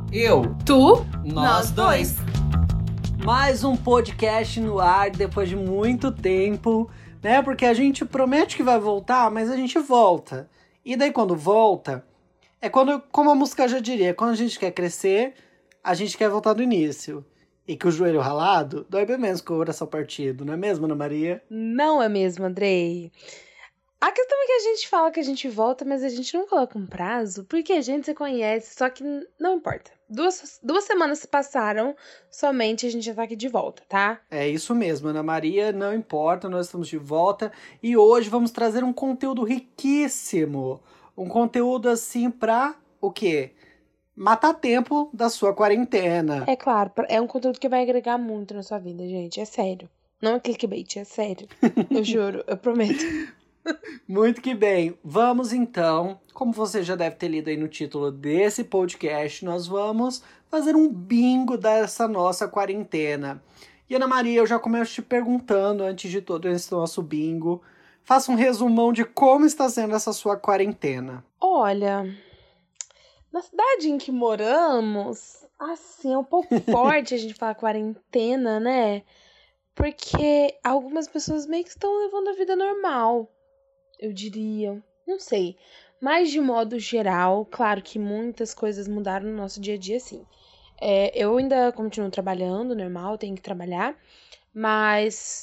Eu. Tu. Nós dois. Mais um podcast no ar depois de muito tempo, né? Porque a gente promete que vai voltar, mas a gente volta. E daí quando volta, como a música já diria, quando a gente quer crescer, a gente quer voltar do início. E que o joelho ralado dói bem menos que o coração partido, não é mesmo, Ana Maria? Não é mesmo, Andrei. A questão é que a gente fala que a gente volta, mas a gente não coloca um prazo, porque a gente se conhece, só que não importa. Duas semanas se passaram, somente a gente já tá aqui de volta, tá? É isso mesmo, Ana Maria, não importa, nós estamos de volta. E hoje vamos trazer um conteúdo riquíssimo. Um conteúdo assim pra o quê? Matar tempo da sua quarentena. É claro, é um conteúdo que vai agregar muito na sua vida, gente, é sério. Não é clickbait, é sério. Eu juro, eu prometo. Muito que bem. Vamos então, como você já deve ter lido aí no título desse podcast, nós vamos fazer um bingo dessa nossa quarentena. E Ana Maria, eu já começo te perguntando, antes de todo esse nosso bingo, faça um resumão de como está sendo essa sua quarentena. Olha, na cidade em que moramos, assim, é um pouco forte a gente falar quarentena, né? Porque algumas pessoas meio que estão levando a vida normal, eu diria. Não sei. Mas de modo geral, claro que muitas coisas mudaram no nosso dia a dia, sim. Eu ainda continuo trabalhando, normal, tenho que trabalhar. Mas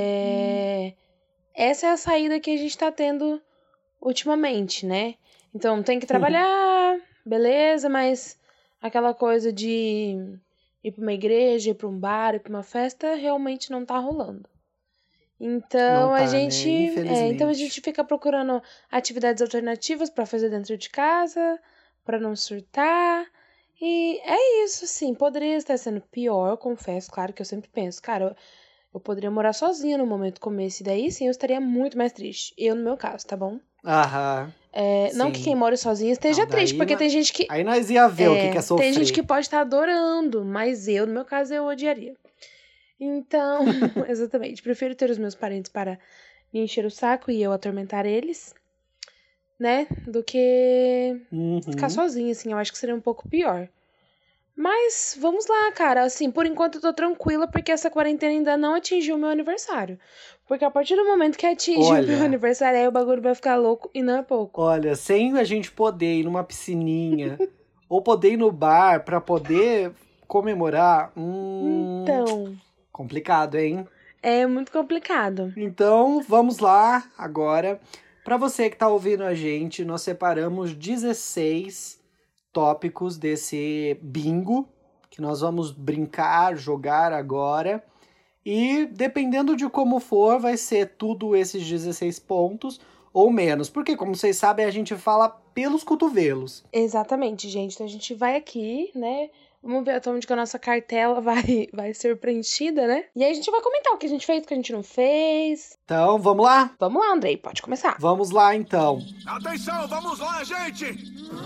essa é a saída que a gente tá tendo ultimamente, né? Então tem que trabalhar, beleza, mas aquela coisa de ir pra uma igreja, ir pra um bar, ir pra uma festa, realmente não tá rolando. Então Não tá, a gente, né? Infelizmente. então a gente fica procurando atividades alternativas pra fazer dentro de casa, pra não surtar. E é isso, sim. Poderia estar sendo pior, confesso, claro que eu sempre penso, cara, eu poderia morar sozinha no momento como esse, daí sim eu estaria muito mais triste. Eu, no meu caso, tá bom? Aham. Não que Sim. quem mora sozinho esteja Não, daí triste, porque tem gente que. Aí nós ia ver o que é sofrer. Tem gente que pode estar adorando, mas eu, no meu caso, eu odiaria. Então, exatamente, prefiro ter os meus parentes para me encher o saco e eu atormentar eles, né? Do que ficar sozinha, assim, eu acho que seria um pouco pior. Mas vamos lá, cara, assim, por enquanto eu tô tranquila porque essa quarentena ainda não atingiu o meu aniversário. Porque a partir do momento que atinge o meu aniversário, aí o bagulho vai ficar louco e não é pouco. Olha, sem a gente poder ir numa piscininha ou poder ir no bar pra poder comemorar, Então, complicado, hein? é muito complicado. Então, vamos lá agora. Pra você que tá ouvindo a gente, nós separamos 16 tópicos desse bingo que nós vamos brincar, jogar agora. E dependendo de como for, vai ser tudo esses 16 pontos ou menos. Porque, como vocês sabem, a gente fala pelos cotovelos. Exatamente, gente. Então a gente vai aqui, né? Vamos ver até onde que a nossa cartela vai ser preenchida, né? E aí a gente vai comentar o que a gente fez, o que a gente não fez. Então, vamos lá? Vamos lá, Andrei, pode começar. Vamos lá, então. Atenção, vamos lá, gente!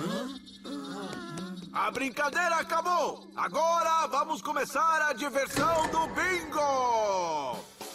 A brincadeira acabou! Agora vamos começar a diversão do bingo!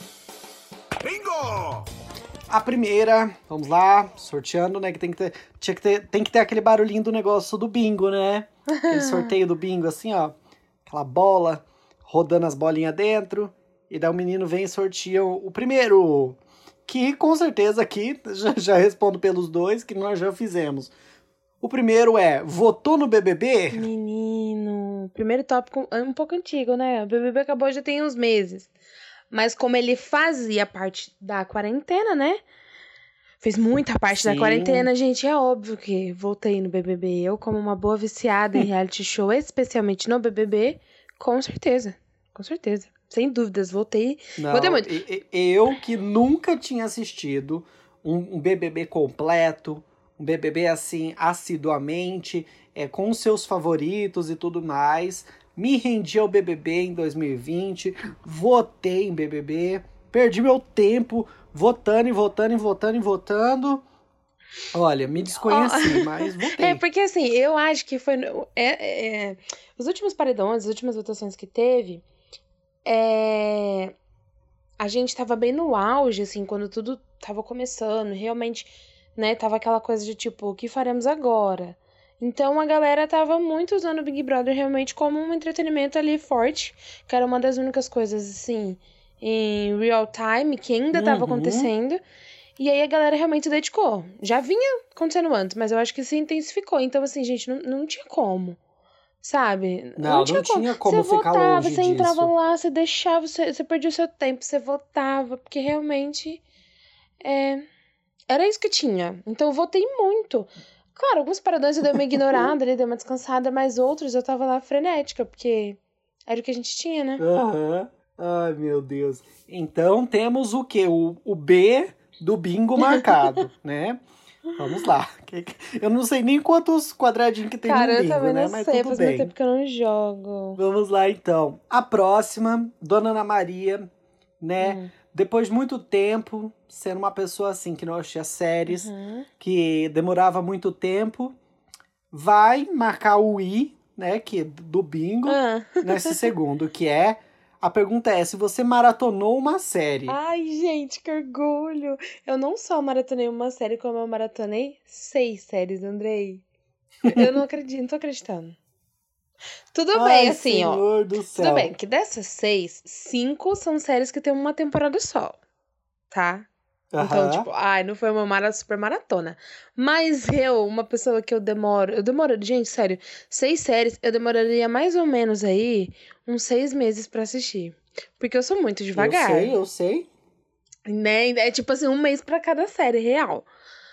Bingo! A primeira, vamos lá, sorteando, né? Que tem que ter aquele barulhinho do negócio do bingo, né? Aquele sorteio do bingo, assim, ó. Aquela bola, rodando as bolinhas dentro. E daí o menino vem e sorteia o primeiro. Que com certeza aqui, já respondo pelos dois, que nós já fizemos. O primeiro é, votou no BBB? Menino, primeiro tópico é um pouco antigo, né? O BBB acabou já tem uns meses. Mas como ele fazia parte da quarentena, né? Fez muita parte da quarentena, gente. É óbvio que votei no BBB. Eu, como uma boa viciada em reality show, especialmente no BBB, com certeza. Com certeza. Sem dúvidas, votei. Não, Votei muito. Eu que nunca tinha assistido um BBB completo, um BBB assim, assiduamente, com os seus favoritos e tudo mais. Me rendi ao BBB em 2020, votei em BBB, perdi meu tempo votando e votando e votando e votando. Olha, me desconheci, mas votei. Porque assim, eu acho que foi... os últimos paredões, as últimas votações que teve, a gente tava bem no auge, assim, quando tudo tava começando, realmente, né, tava aquela coisa de tipo, o que faremos agora? Então a galera tava muito usando o Big Brother realmente como um entretenimento ali forte, que era uma das únicas coisas, assim, em real time, que ainda tava acontecendo. E aí a galera realmente dedicou. Já vinha acontecendo antes, mas eu acho que se intensificou. Então, assim, gente, não tinha como. Sabe? Não tinha como você ficar votava, longe você entrava disso. lá, você deixava, você perdia o seu tempo, você votava, porque realmente era isso que tinha. Então eu votei muito. Claro, alguns paradões eu dei uma ignorada, dei uma descansada, mas outros eu tava lá frenética, porque era o que a gente tinha, né? Aham. Ai, meu Deus. Então temos o quê? O B do bingo marcado, né? Vamos lá. Eu não sei nem quantos quadradinhos que tem no Cara, eu bingo, também né? não Mas sei, tudo faz muito bem. tempo que eu não jogo. Vamos lá, então. A próxima, Dona Ana Maria, né? Depois de muito tempo, sendo uma pessoa assim, que não assistia séries, que demorava muito tempo, vai marcar o I, né? Que é do bingo, nesse segundo, que é... A pergunta é, se você maratonou uma série. Ai, gente, que orgulho! Eu não só maratonei uma série, como eu maratonei 6 séries, Andrei. Eu não acredito, não tô acreditando. Tudo bem, assim, Senhor do céu. Tudo bem, que dessas 6, 5 são séries que tem uma temporada só, tá? Então, tipo, não foi uma super maratona. Mas uma pessoa que eu demoro, gente, sério, 6 séries, eu demoraria mais ou menos aí uns 6 meses pra assistir. Porque eu sou muito devagar. Eu sei. Né? É tipo assim, um mês pra cada série, real.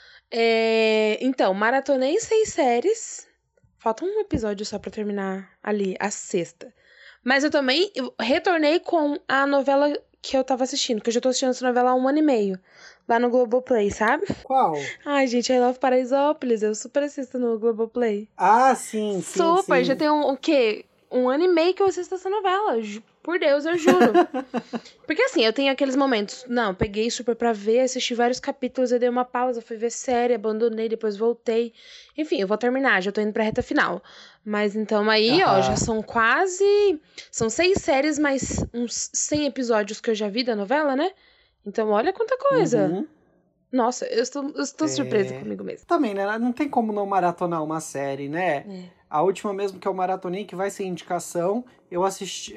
Então, maratonei 6 séries. Falta um episódio só pra terminar ali, a sexta. Mas eu também retornei com a novela que eu tava assistindo, que eu já tô assistindo essa novela há 1 ano e meio. Lá no Globoplay, sabe? Qual? Ai, gente, I Love Paraisópolis. Eu super assisto no Globoplay. Ah, sim. Super! Já tem o quê? 1 ano e meio que eu assisto essa novela. Por Deus, eu juro. Porque assim, eu tenho aqueles momentos. Não, peguei super pra ver, assisti vários capítulos, eu dei uma pausa, fui ver série, abandonei, depois voltei. Enfim, eu vou terminar, já tô indo pra reta final. Mas então aí, já são quase... São 6 séries, mais uns 100 episódios que eu já vi da novela, né? Então olha quanta coisa. Nossa, eu estou surpresa comigo mesmo. Também, né? Não tem como não maratonar uma série, né? A última mesmo que eu maratonei, que vai ser indicação, eu assisti,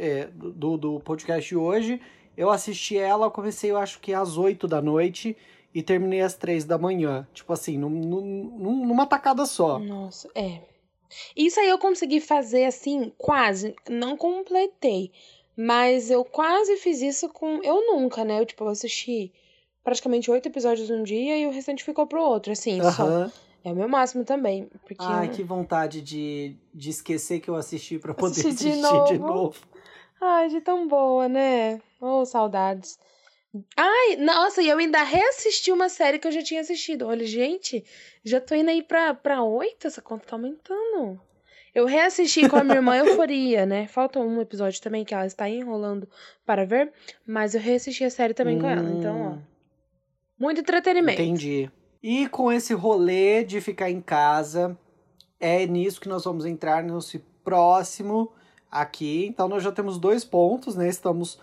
do podcast de hoje, eu assisti ela, eu comecei, eu acho que às 8 da noite e terminei às 3 da manhã. Tipo assim, numa tacada só. Nossa, Isso aí eu consegui fazer assim, quase, não completei, mas eu quase fiz isso com... Eu nunca, né? Eu assisti praticamente 8 episódios um dia e o restante ficou pro outro, assim, só. É o meu máximo também, porque... Ai, que vontade de esquecer que eu assisti pra poder Assistir assistir de novo. Ai, de tão boa, né? Oh, saudades. Ai, nossa, e eu ainda reassisti uma série que eu já tinha assistido. Olha, gente, já tô indo aí pra 8, essa conta tá aumentando. Eu reassisti com a minha irmã Euforia, né? Falta um episódio também que ela está enrolando para ver, mas eu reassisti a série também com ela, então, muito entretenimento. Entendi. E com esse rolê de ficar em casa, é nisso que nós vamos entrar nesse próximo aqui. Então nós já temos 2 pontos, né? Estamos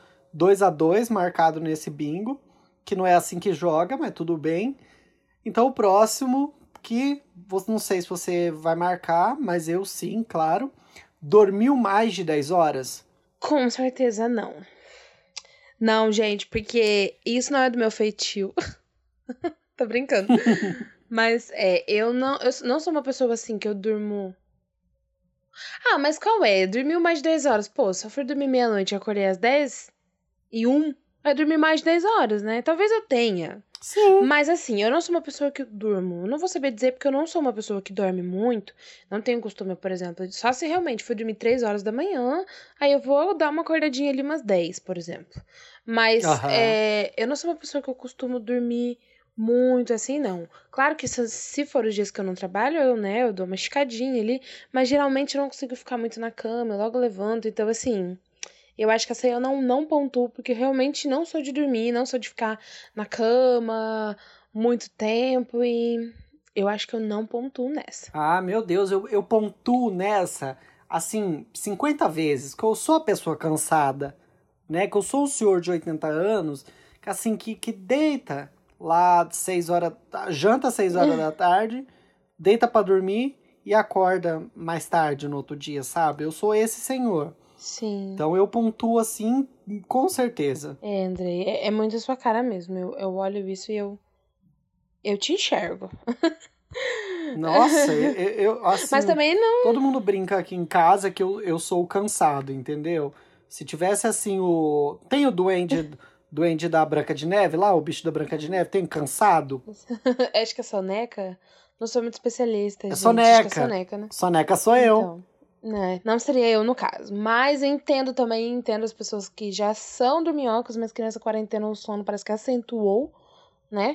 2-2 marcado nesse bingo, que não é assim que joga, mas tudo bem. Então o próximo, que não sei se você vai marcar, mas eu sim, claro. Dormiu mais de 10 horas? Com certeza não. Não, gente, porque isso não é do meu feitio. Tô brincando. Mas eu não sou uma pessoa assim que eu durmo... Ah, mas qual é? Dormiu mais de 10 horas. Pô, se eu for dormir meia-noite e acordei às 10h01, vai dormir mais de 10 horas, né? Talvez eu tenha. Sim. Mas assim, eu não sou uma pessoa que durmo. Eu não vou saber dizer porque eu não sou uma pessoa que dorme muito. Não tenho costume, por exemplo, só se realmente for dormir 3 horas da manhã, aí eu vou dar uma acordadinha ali umas 10, por exemplo. Mas eu não sou uma pessoa que eu costumo dormir muito assim, não. Claro que se for os dias que eu não trabalho, eu dou uma esticadinha ali, mas geralmente eu não consigo ficar muito na cama, eu logo levanto, então assim... Eu acho que essa aí eu não pontuo, porque eu realmente não sou de dormir, não sou de ficar na cama muito tempo e eu acho que eu não pontuo nessa. Ah, meu Deus, eu pontuo nessa, assim, 50 vezes, que eu sou a pessoa cansada, né? Que eu sou um senhor de 80 anos, que assim, que deita lá 6 horas, janta às 6 horas da tarde, deita pra dormir e acorda mais tarde no outro dia, sabe? Eu sou esse senhor. Sim. Então eu pontuo assim, com certeza. Andrei, é muito a sua cara mesmo. Eu olho isso e eu te enxergo. Nossa, eu assim, Mas também não. todo mundo brinca aqui em casa que eu sou o cansado, entendeu? Se tivesse assim tem o duende da Branca de Neve lá, o bicho da Branca de Neve, tem cansado? Acho que é soneca? Não sou muito especialista, gente. Soneca. Acho que é soneca, né? Soneca sou eu. Então, né? Não seria eu no caso. Mas eu entendo as pessoas que já são dorminhocas, mas que nessa quarentena o sono parece que acentuou, né?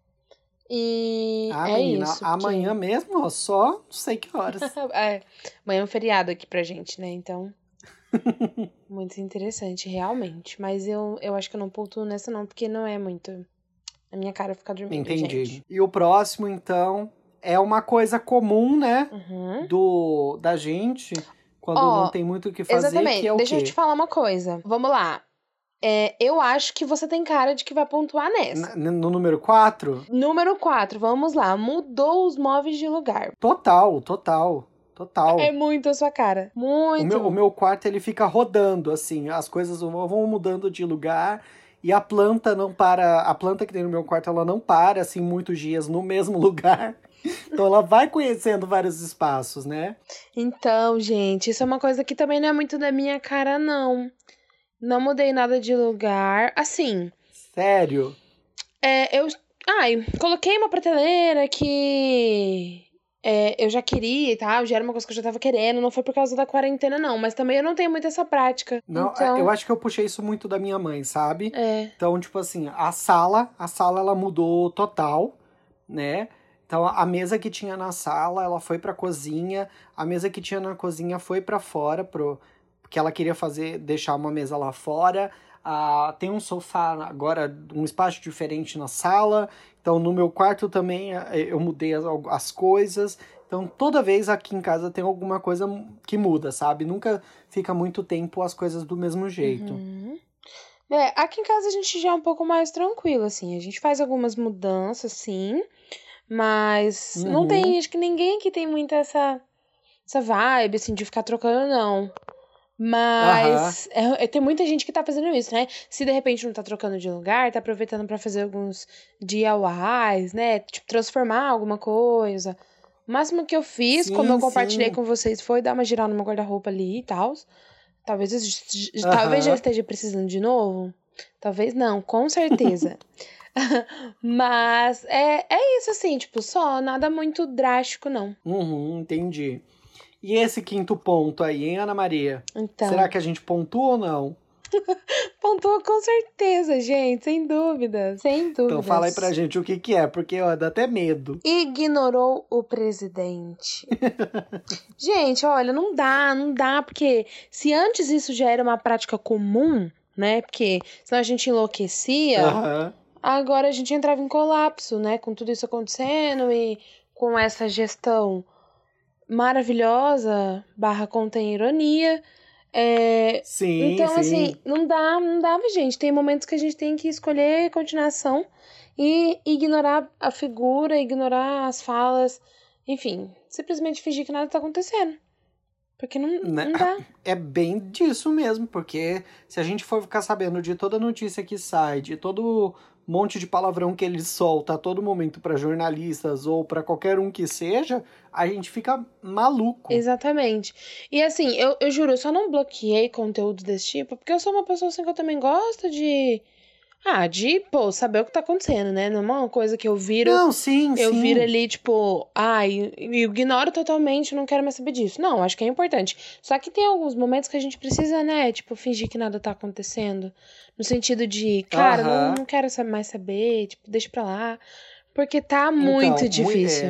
E Menina, isso. amanhã mesmo, ó, só não sei que horas. Amanhã é um feriado aqui pra gente, né? Então, muito interessante, realmente. Mas eu acho que eu não pontuo nessa não, porque não é muito a minha cara ficar dormindo, Entendi. gente. E o próximo, então, é uma coisa comum, né? Da gente, quando não tem muito o que fazer, exatamente. que é o Deixa quê? eu te falar uma coisa. Vamos lá. Eu acho que você tem cara de que vai pontuar nessa. No número 4? Número 4, vamos lá. Mudou os móveis de lugar. Total. É muito a sua cara. Muito. O meu quarto, ele fica rodando, assim. As coisas vão mudando de lugar. E a planta não para. A planta que tem no meu quarto, ela não para, assim, muitos dias no mesmo lugar. Então ela vai conhecendo vários espaços, né? Então, gente, isso é uma coisa que também não é muito da minha cara, não. Não mudei nada de lugar. Assim. Sério? Coloquei uma prateleira que eu já queria e tal, já era uma coisa que eu já tava querendo, não foi por causa da quarentena, não, mas também eu não tenho muito essa prática. Não, então... eu acho que eu puxei isso muito da minha mãe, sabe? É. Então, tipo assim, a sala ela mudou total, né? Então, a mesa que tinha na sala, ela foi pra cozinha, a mesa que tinha na cozinha foi pra fora, porque ela queria deixar uma mesa lá fora. Tem um sofá agora, um espaço diferente na sala. Então, no meu quarto também eu mudei as coisas. Então, toda vez aqui em casa tem alguma coisa que muda, sabe? Nunca fica muito tempo as coisas do mesmo jeito. Uhum. Aqui em casa a gente já é um pouco mais tranquilo, assim. A gente faz algumas mudanças, sim. Mas não tem, acho que ninguém aqui tem muito essa vibe, assim, de ficar trocando, não. Mas tem muita gente que tá fazendo isso, né? Se de repente não tá trocando de lugar, tá aproveitando pra fazer alguns DIYs, né? Tipo, transformar alguma coisa. O máximo que eu fiz, como eu compartilhei com vocês, foi dar uma geral no meu guarda-roupa ali e tal. Talvez já esteja precisando de novo. Talvez não, com certeza. Mas é isso, assim, tipo, só nada muito drástico, não. Entendi. E esse quinto ponto aí, hein, Ana Maria? Então... Será que a gente pontua ou não? Pontua com certeza, gente, sem dúvidas. Sem dúvidas. Então fala aí pra gente o que é, porque ó, dá até medo. Ignorou o presidente. Gente, olha, não dá, porque se antes isso já era uma prática comum, né? Porque senão a gente enlouquecia, agora a gente entrava em colapso, né? Com tudo isso acontecendo e com essa gestão maravilhosa, contém ironia. Sim, então, sim. assim, não dava, gente. Tem momentos que a gente tem que escolher continuação e ignorar a figura, ignorar as falas, enfim, simplesmente fingir que nada tá acontecendo. Porque não dá. É bem disso mesmo, porque se a gente for ficar sabendo de toda notícia que sai, de todo monte de palavrão que ele solta a todo momento para jornalistas ou para qualquer um que seja, a gente fica maluco. Exatamente. E assim, eu juro, eu só não bloqueei conteúdos desse tipo, porque eu sou uma pessoa assim que eu também gosto de saber o que tá acontecendo, né? Não é uma coisa que eu viro... Não, sim. Viro ali, tipo, eu ignoro totalmente, não quero mais saber disso. Não, acho que é importante. Só que tem alguns momentos que a gente precisa, né, tipo, fingir que nada tá acontecendo. No sentido de, cara, não quero mais saber, tipo, deixa pra lá. Porque tá muito difícil.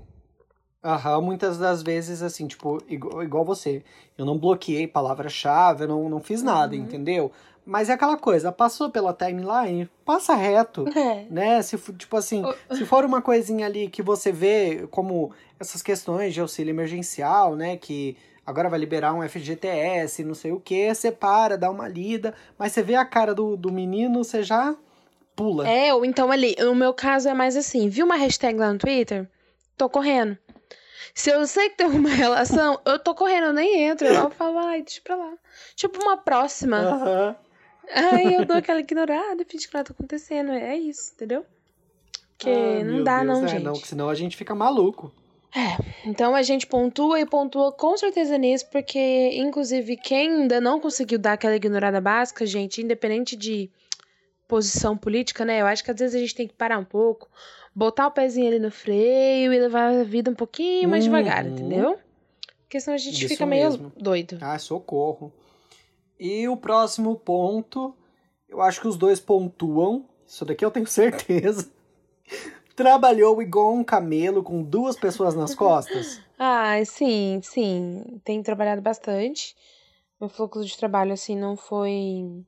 Muitas das vezes, assim, tipo, igual você. Eu não bloqueei palavra-chave, eu não fiz nada, entendeu? Mas é aquela coisa, passou pela timeline, passa reto, né? Tipo assim, se for uma coisinha ali que você vê como essas questões de auxílio emergencial, né? Que agora vai liberar um FGTS, não sei o que, você para, dá uma lida, mas você vê a cara do menino, você já pula. Ou então ali, no meu caso é mais assim, viu uma hashtag lá no Twitter? Tô correndo. Se eu sei que tem uma relação, eu tô correndo, eu nem entro. Eu falo, ai, deixa pra lá. Tipo, uma próxima. Aham. Aí eu dou aquela ignorada, finge que nada tá acontecendo. É isso, entendeu? Porque Ai, não meu dá, Deus, não, gente. Não, que senão a gente fica maluco. Então a gente pontua e pontua com certeza nisso, porque, inclusive, quem ainda não conseguiu dar aquela ignorada básica, gente, independente de posição política, né? Eu acho que às vezes a gente tem que parar um pouco, botar o pezinho ali no freio e levar a vida um pouquinho mais devagar, entendeu? Porque senão a gente Isso fica meio mesmo. doido. Ah, socorro. E o próximo ponto, eu acho que os dois pontuam, isso daqui eu tenho certeza. Trabalhou igual um camelo com 2 pessoas nas costas? Ah, sim. Tenho trabalhado bastante. Meu fluxo de trabalho, assim, não foi...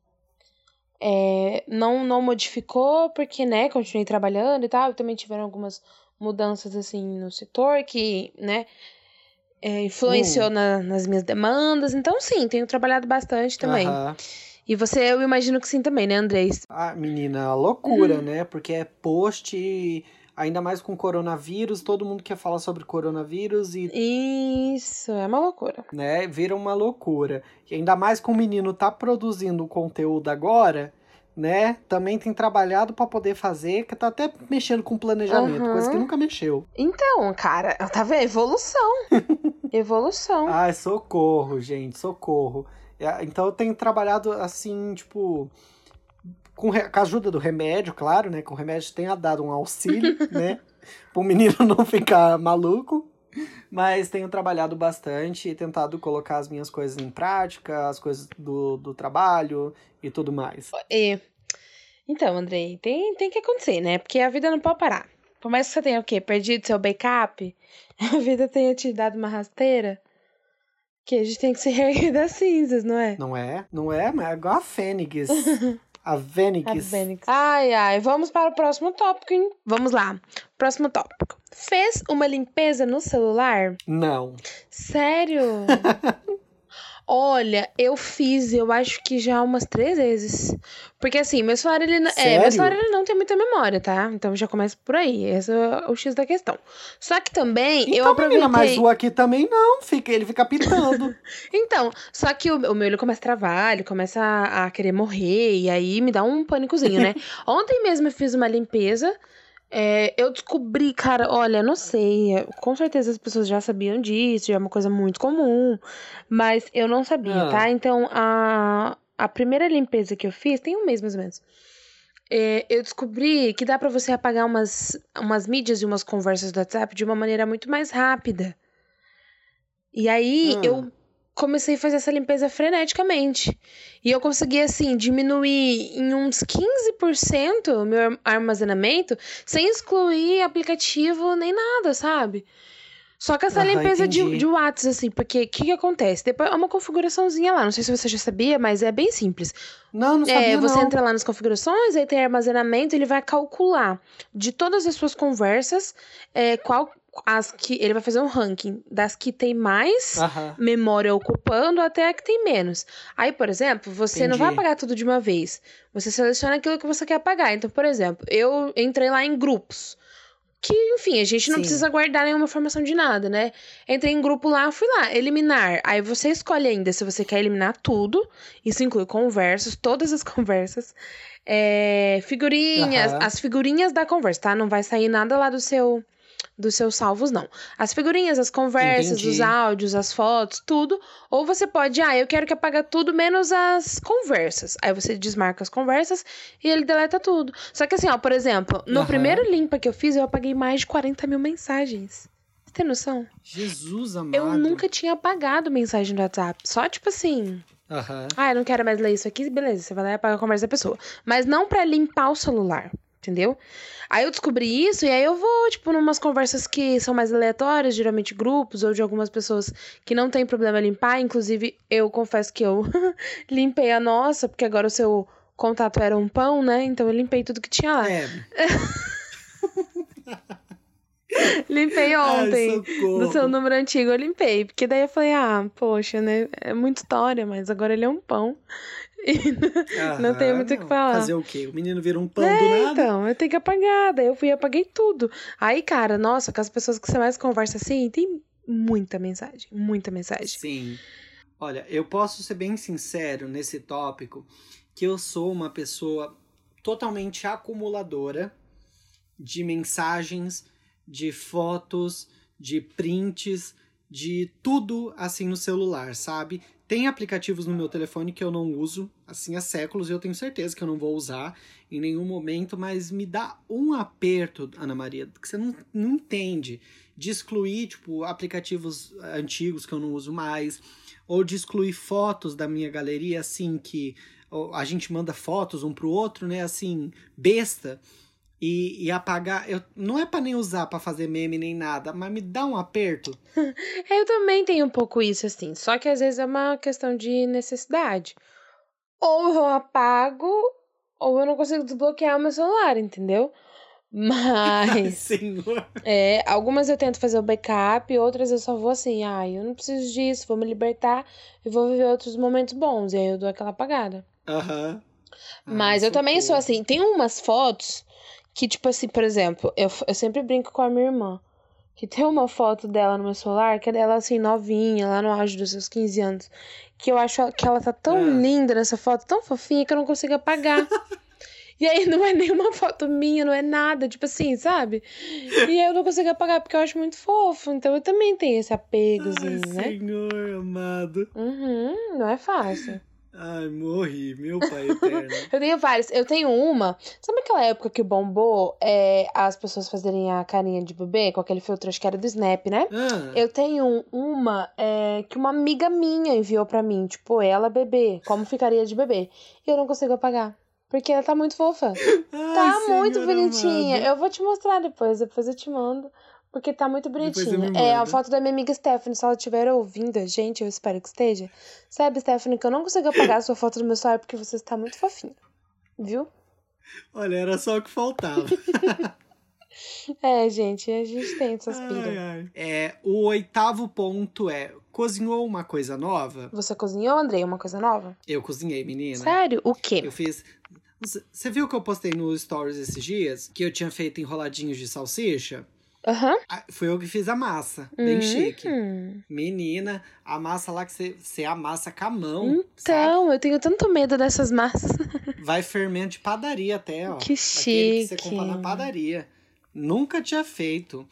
não modificou, porque, né, continuei trabalhando e tal. E também tiveram algumas mudanças, assim, no setor que, né, influenciou nas minhas demandas. Então, sim, tenho trabalhado bastante também. Aham. E você, eu imagino que sim também, né, Andrés? Ah, menina, loucura, né? Porque é post, ainda mais com coronavírus, todo mundo quer falar sobre coronavírus e, Isso, é uma loucura. né, vira uma loucura. E ainda mais com o menino tá produzindo conteúdo agora, né? Também tem trabalhado pra poder fazer, que tá até mexendo com planejamento, coisa que nunca mexeu. Então, cara, tá vendo? Evolução. Evolução. Ai, socorro, gente, socorro. Então eu tenho trabalhado assim, tipo, com a ajuda do remédio, claro, né? Com o remédio tenha dado um auxílio, né? Pro menino não ficar maluco. Mas tenho trabalhado bastante e tentado colocar as minhas coisas em prática, as coisas do trabalho e tudo mais. Então, Andrei, tem que acontecer, né? Porque a vida não pode parar. Por mais que você tenha o quê? Perdido seu backup, a vida tenha te dado uma rasteira, que a gente tem que se reerguer das cinzas, não é? Não é? Não é? Mas é igual a Fênix. A Fênix. Ai, vamos para o próximo tópico, hein? Vamos lá. Próximo tópico. Fez uma limpeza no celular? Não. Sério? Olha, eu fiz, eu acho que já umas 3 vezes. Porque assim, meu celular, meu celular ele não tem muita memória, tá? Então já começa por aí. Esse é o X da questão. Só que também Então, eu aproveitei... menina, mas o aqui também não, ele fica pitando. Então, só que o meu ele começa a travar, ele começa a querer morrer, e aí me dá um pânicozinho, né? Ontem mesmo eu fiz uma limpeza. Eu descobri, cara, olha, não sei, com certeza as pessoas já sabiam disso, já é uma coisa muito comum, mas eu não sabia, tá? Então, a primeira limpeza que eu fiz, tem um mês mais ou menos, eu descobri que dá pra você apagar umas mídias e umas conversas do WhatsApp de uma maneira muito mais rápida. E aí, eu comecei a fazer essa limpeza freneticamente. E eu consegui, assim, diminuir em uns 15% o meu armazenamento sem excluir aplicativo nem nada, sabe? Só que essa limpeza de WhatsApp, assim, porque o que acontece? Depois é uma configuraçãozinha lá, não sei se você já sabia, mas é bem simples. Não sabia, Você não. entra lá nas configurações, aí tem armazenamento, ele vai calcular de todas as suas conversas, ele vai fazer um ranking das que tem mais memória ocupando até a que tem menos. Aí, por exemplo, você não vai apagar tudo de uma vez. Você seleciona aquilo que você quer apagar. Então, por exemplo, eu entrei lá em grupos. Que, enfim, a gente não precisa guardar nenhuma informação de nada, né? Entrei em grupo lá, fui lá, eliminar. Aí você escolhe ainda se você quer eliminar tudo. Isso inclui conversas, todas as conversas. Figurinhas, as figurinhas da conversa, tá? Não vai sair nada lá dos seus salvos, não. As figurinhas, as conversas, os áudios, as fotos, tudo. Ou você pode, eu quero que apague tudo menos as conversas. Aí você desmarca as conversas e ele deleta tudo. Só que assim, por exemplo, no primeiro limpa que eu fiz, eu apaguei mais de 40 mil mensagens. Você tem noção? Jesus amado. Eu nunca tinha apagado mensagem do WhatsApp. Só tipo assim... eu não quero mais ler isso aqui, beleza. Você vai lá e apaga a conversa da pessoa. Mas não pra limpar o celular. Entendeu? Aí eu descobri isso e aí eu vou, tipo, numas conversas que são mais aleatórias, geralmente grupos ou de algumas pessoas que não tem problema limpar. Inclusive, eu confesso que eu limpei a nossa, porque agora o seu contato era um pão, né? Então eu limpei tudo que tinha lá. Limpei ontem. Do seu número antigo eu limpei. Porque daí eu falei, poxa, né? É muita história, mas agora ele é um pão. Não tenho muito o que falar. Fazer o quê? O menino vira um pão do nada? Então, eu tenho que apagar. Daí eu fui e apaguei tudo. Aí, cara, nossa, com as pessoas que você mais conversa assim, tem muita mensagem, muita mensagem. Sim. Olha, eu posso ser bem sincero nesse tópico, que eu sou uma pessoa totalmente acumuladora de mensagens, de fotos, de prints, de tudo assim no celular, sabe? Tem aplicativos no meu telefone que eu não uso, assim, há séculos, e eu tenho certeza que eu não vou usar em nenhum momento, mas me dá um aperto, Ana Maria, que você não entende, de excluir, tipo, aplicativos antigos que eu não uso mais, ou de excluir fotos da minha galeria, assim, que a gente manda fotos um pro outro, né, assim, besta, e apagar, não é pra nem usar pra fazer meme nem nada, mas me dá um aperto. Eu também tenho um pouco isso, assim. Só que às vezes é uma questão de necessidade. Ou eu apago, ou eu não consigo desbloquear o meu celular, entendeu? Mas... Senhor. algumas eu tento fazer o backup, outras eu só vou assim, eu não preciso disso, vou me libertar e vou viver outros momentos bons. E aí eu dou aquela apagada. Aham. Mas eu também sou assim, tem umas fotos que, tipo assim, por exemplo, eu sempre brinco com a minha irmã. Que tem uma foto dela no meu celular, que é dela assim, novinha, lá no auge dos seus 15 anos. Que eu acho que ela tá tão linda nessa foto, tão fofinha, que eu não consigo apagar. E aí não é nenhuma foto minha, não é nada, tipo assim, sabe? E eu não consigo apagar porque eu acho muito fofo. Então eu também tenho esse apegozinho, né? Senhor amado. Não é fácil. Ai, morri, meu pai eterno. Eu tenho várias. Eu tenho uma. Sabe aquela época que bombou as pessoas fazerem a carinha de bebê com aquele filtro, acho que era do Snap, né? Eu tenho uma que uma amiga minha enviou pra mim, tipo, ela bebê, como ficaria de bebê. E eu não consigo apagar. Porque ela tá muito fofa. Tá muito bonitinha. Amado. Eu vou te mostrar depois eu te mando. Porque tá muito bonitinha. me É a manda. foto da minha amiga Stephanie. Se ela estiver ouvindo, gente, eu espero que esteja. Sabe, Stephanie, que eu não consigo apagar a sua foto do meu celular porque você está muito fofinha. Viu? Olha, era só o que faltava. Gente, a gente tem essas piras. O 8º ponto cozinhou uma coisa nova? Você cozinhou, Andrei, uma coisa nova? Eu cozinhei, menina. Sério? O quê? Eu fiz... Você viu que eu postei no Stories esses dias? Que eu tinha feito enroladinhos de salsicha? Aham. Foi eu que fiz a massa. Bem chique. Menina, a massa lá que você amassa com a mão. Então, sabe? eu tenho tanto medo dessas massas. Vai fermento de padaria até, ó. Que Aquele que você chique. compra na padaria. Nunca tinha feito.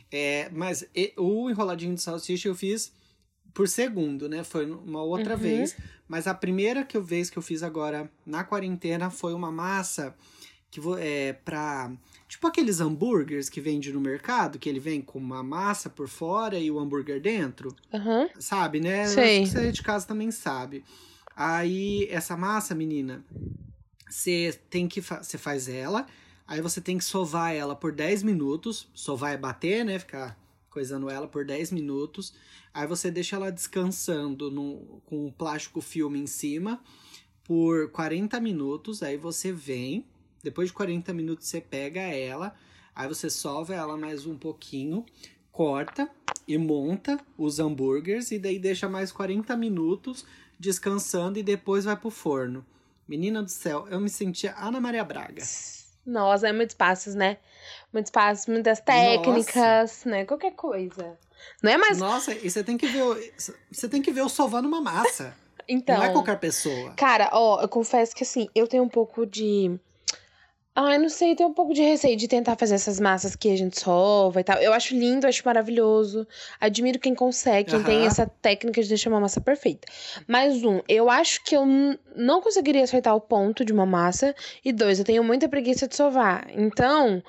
Mas o enroladinho de salsicha eu fiz por segundo, né? Foi uma outra vez. Mas a primeira vez que eu fiz agora na quarentena foi uma massa que pra... Tipo aqueles hambúrgueres que vende no mercado, que ele vem com uma massa por fora e o hambúrguer dentro. Sabe, né? Sei. Você de casa também sabe. Aí, essa massa, menina, você faz ela, aí você tem que sovar ela por 10 minutos. Sovar é bater, né? Ficar coisando ela por 10 minutos. Aí você deixa ela descansando com um plástico filme em cima por 40 minutos. Aí você vem... Depois de 40 minutos você pega ela, aí você sova ela mais um pouquinho, corta e monta os hambúrgueres e daí deixa mais 40 minutos descansando e depois vai pro forno. Menina do céu, eu me sentia Ana Maria Braga. Nossa, é muitos passos, né? Muitos passos, muitas técnicas, né? Qualquer coisa. Não é mais... Nossa, e você tem que ver eu sovando uma massa. Então, não é qualquer pessoa. Cara, eu confesso que assim, eu tenho um pouco de... não sei, tenho um pouco de receio de tentar fazer essas massas que a gente sova e tal. Eu acho lindo, acho maravilhoso. Admiro quem consegue, quem tem essa técnica de deixar uma massa perfeita. Mas eu acho que eu não conseguiria acertar o ponto de uma massa. E 2, eu tenho muita preguiça de sovar. Então,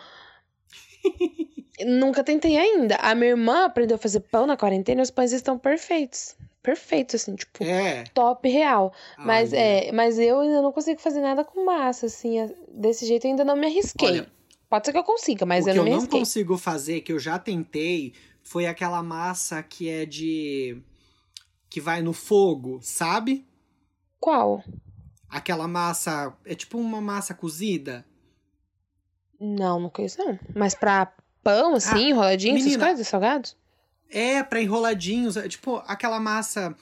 nunca tentei ainda. A minha irmã aprendeu a fazer pão na quarentena e os pães estão perfeitos. Perfeitos, assim, tipo, top real. Mas, mas eu ainda não consigo fazer nada com massa, assim, desse jeito eu ainda não me arrisquei. Olha, pode ser que eu consiga, mas eu não me arrisquei. O que eu não consigo fazer, que eu já tentei, foi aquela massa que é que vai no fogo, sabe? Qual? Aquela massa, é tipo uma massa cozida. Não conheço não. Mas pra pão, assim, enroladinho, essas coisas, salgados? Pra enroladinhos, tipo aquela massa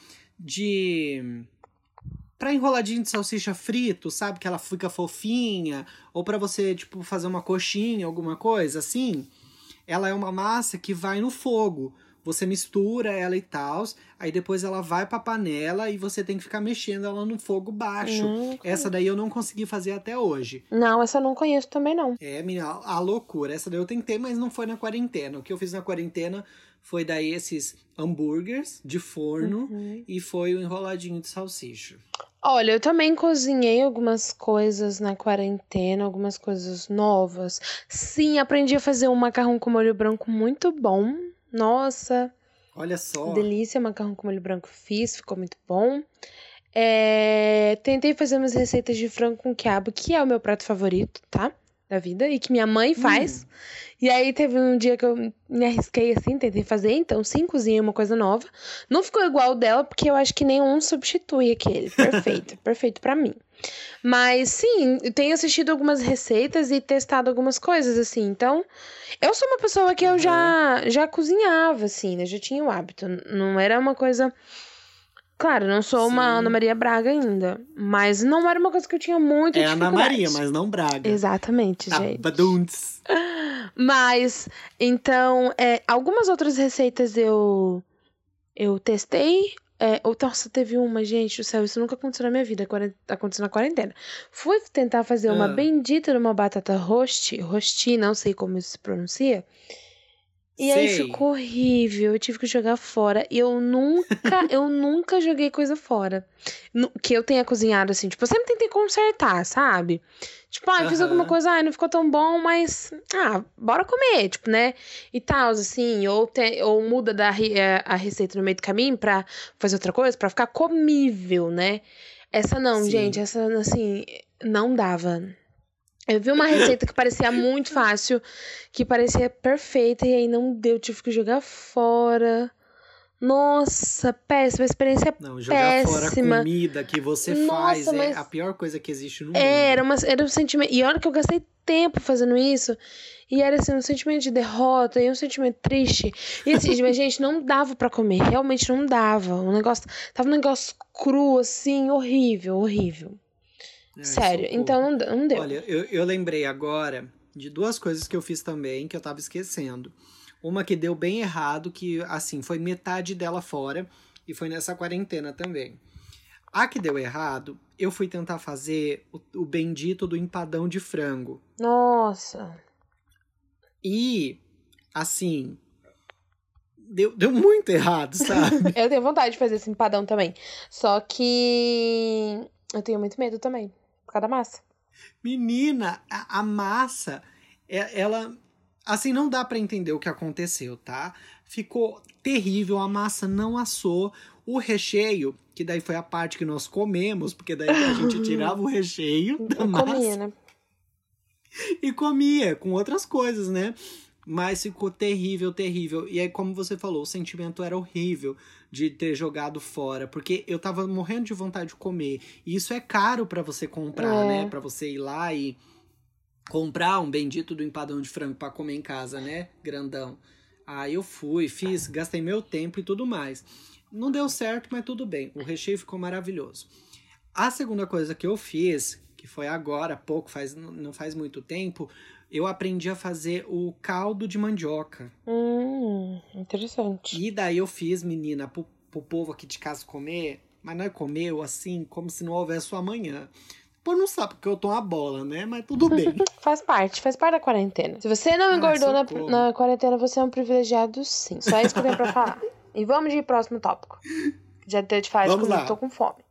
pra enroladinho de salsicha frito, sabe? Que ela fica fofinha. Ou pra você, tipo, fazer uma coxinha, alguma coisa assim. Ela é uma massa que vai no fogo. você mistura ela e tal, aí depois ela vai pra panela e você tem que ficar mexendo ela no fogo baixo. Essa daí eu não consegui fazer até hoje. Não, essa eu não conheço também, não. É, menina, a loucura. Essa daí eu tentei, mas não foi na quarentena. O que eu fiz na quarentena foi daí esses hambúrgueres de forno e foi o enroladinho de salsicha. Olha, eu também cozinhei algumas coisas na quarentena, algumas coisas novas. Sim, aprendi a fazer um macarrão com molho branco muito bom. Nossa, Olha só. delícia, macarrão com molho branco fiz, ficou muito bom. Tentei fazer umas receitas de frango com quiabo, que é o meu prato favorito, tá? Da vida, e que minha mãe faz. E aí teve um dia que eu me arrisquei assim, tentei fazer, então sim, cozinhei uma coisa nova. Não ficou igual o dela, porque eu acho que nenhum substitui aquele. Perfeito, perfeito pra mim. Mas sim, eu tenho assistido algumas receitas e testado algumas coisas, assim. Então, eu sou uma pessoa que eu já cozinhava, assim, né? Já tinha o hábito. Não era uma coisa... Claro, não sou uma Ana Maria Braga ainda, mas não era uma coisa que eu tinha muita dificuldade. É Ana Maria, mas não Braga. Exatamente, gente. Badunts. Mas, então, algumas outras receitas eu testei. Nossa, teve uma, gente do céu, isso nunca aconteceu na minha vida, aconteceu na quarentena. Fui tentar fazer uma bendita numa batata rosti, não sei como isso se pronuncia. E aí ficou horrível, eu tive que jogar fora. E eu nunca joguei coisa fora. Que eu tenha cozinhado assim, tipo, eu sempre tentei consertar, sabe? Tipo, eu fiz alguma coisa, não ficou tão bom, mas, bora comer, tipo, né? E tal, assim, ou muda a receita no meio do caminho pra fazer outra coisa, pra ficar comível, né? Essa não, gente, essa, assim, não dava. Eu vi uma receita que parecia muito fácil, que parecia perfeita, e aí não deu, tive que jogar fora. Nossa, péssima, experiência péssima. Não, jogar fora a comida que você faz é a pior coisa que existe no mundo. Era um sentimento, e olha que eu gastei tempo fazendo isso, e era assim, um sentimento de derrota, e um sentimento triste. E assim, mas, gente, não dava pra comer, realmente não dava. Tava um negócio cru, assim, horrível, horrível. Sério, socorro. Então não deu. Olha, eu lembrei agora de duas coisas que eu fiz também, que eu tava esquecendo. Uma que deu bem errado, que, assim, foi metade dela fora, e foi nessa quarentena também. A que deu errado, eu fui tentar fazer o bendito do empadão de frango. Nossa. E, assim, deu muito errado, sabe? Eu tenho vontade de fazer esse empadão também. Só que eu tenho muito medo também, por causa da massa. Menina, a massa, ela... Assim, não dá pra entender o que aconteceu, tá? Ficou terrível, a massa não assou. O recheio, que daí foi a parte que nós comemos, porque daí a gente tirava o recheio da massa. Comia, né? E comia com outras coisas, né? Mas ficou terrível, terrível. E aí, como você falou, o sentimento era horrível de ter jogado fora. Porque eu tava morrendo de vontade de comer. E isso é caro pra você comprar, né? Pra você ir lá e comprar um bendito do empadão de frango pra comer em casa, né? Grandão. Aí eu fui, fiz, gastei meu tempo e tudo mais. Não deu certo, mas tudo bem. O recheio ficou maravilhoso. A segunda coisa que eu fiz, que foi agora, há pouco, não faz muito tempo, eu aprendi a fazer o caldo de mandioca. Interessante. E daí eu fiz, menina, pro povo aqui de casa comer, mas nós comeu assim, como se não houvesse o amanhã. Pô, não sabe porque eu tô uma bola, né? Mas tudo bem. Faz parte da quarentena. Se você não engordou na quarentena, você é um privilegiado, sim. Só isso que eu tenho pra falar. E vamos de próximo tópico. Já te faz porque eu tô com fome.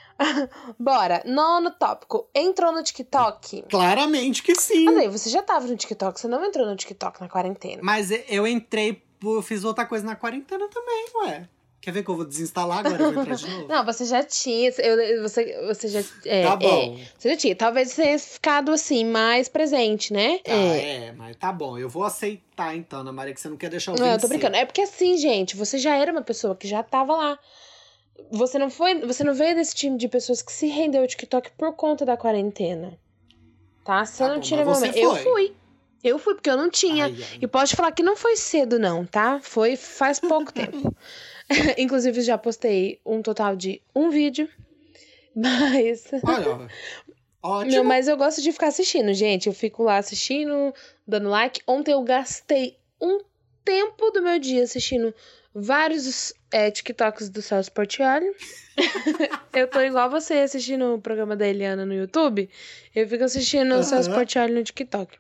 Bora. Nono tópico. Entrou no TikTok? Claramente que sim. Mas aí, você já tava no TikTok, você não entrou no TikTok na quarentena. Mas eu entrei, eu fiz outra coisa na quarentena também, ué. Quer ver que eu vou desinstalar agora e vou entrar de novo? Não, você já tinha. Você já. Tá bom. Você já tinha. Talvez você tenha ficado assim, mais presente, né? Mas tá bom. Eu vou aceitar então, Ana Maria, que você não quer deixar eu vencer. Não, eu tô vencer. brincando. É porque assim, gente, você já era uma pessoa que já tava lá. Você não veio desse time de pessoas que se rendeu ao TikTok por conta da quarentena. Tá? Você não tira meu mérito. Eu fui, porque eu não tinha. Ai. E pode falar que não foi cedo, não, tá? Foi faz pouco tempo. Inclusive, já postei um total de um vídeo. Mas... Olha, ótimo. Não, mas eu gosto de ficar assistindo, gente. Eu fico lá assistindo, dando like. Ontem eu gastei um tempo do meu dia assistindo vários TikToks do Celso Portiolli. Eu tô igual você assistindo o programa da Eliana no YouTube. Eu fico assistindo o Celso Portiolli no TikTok.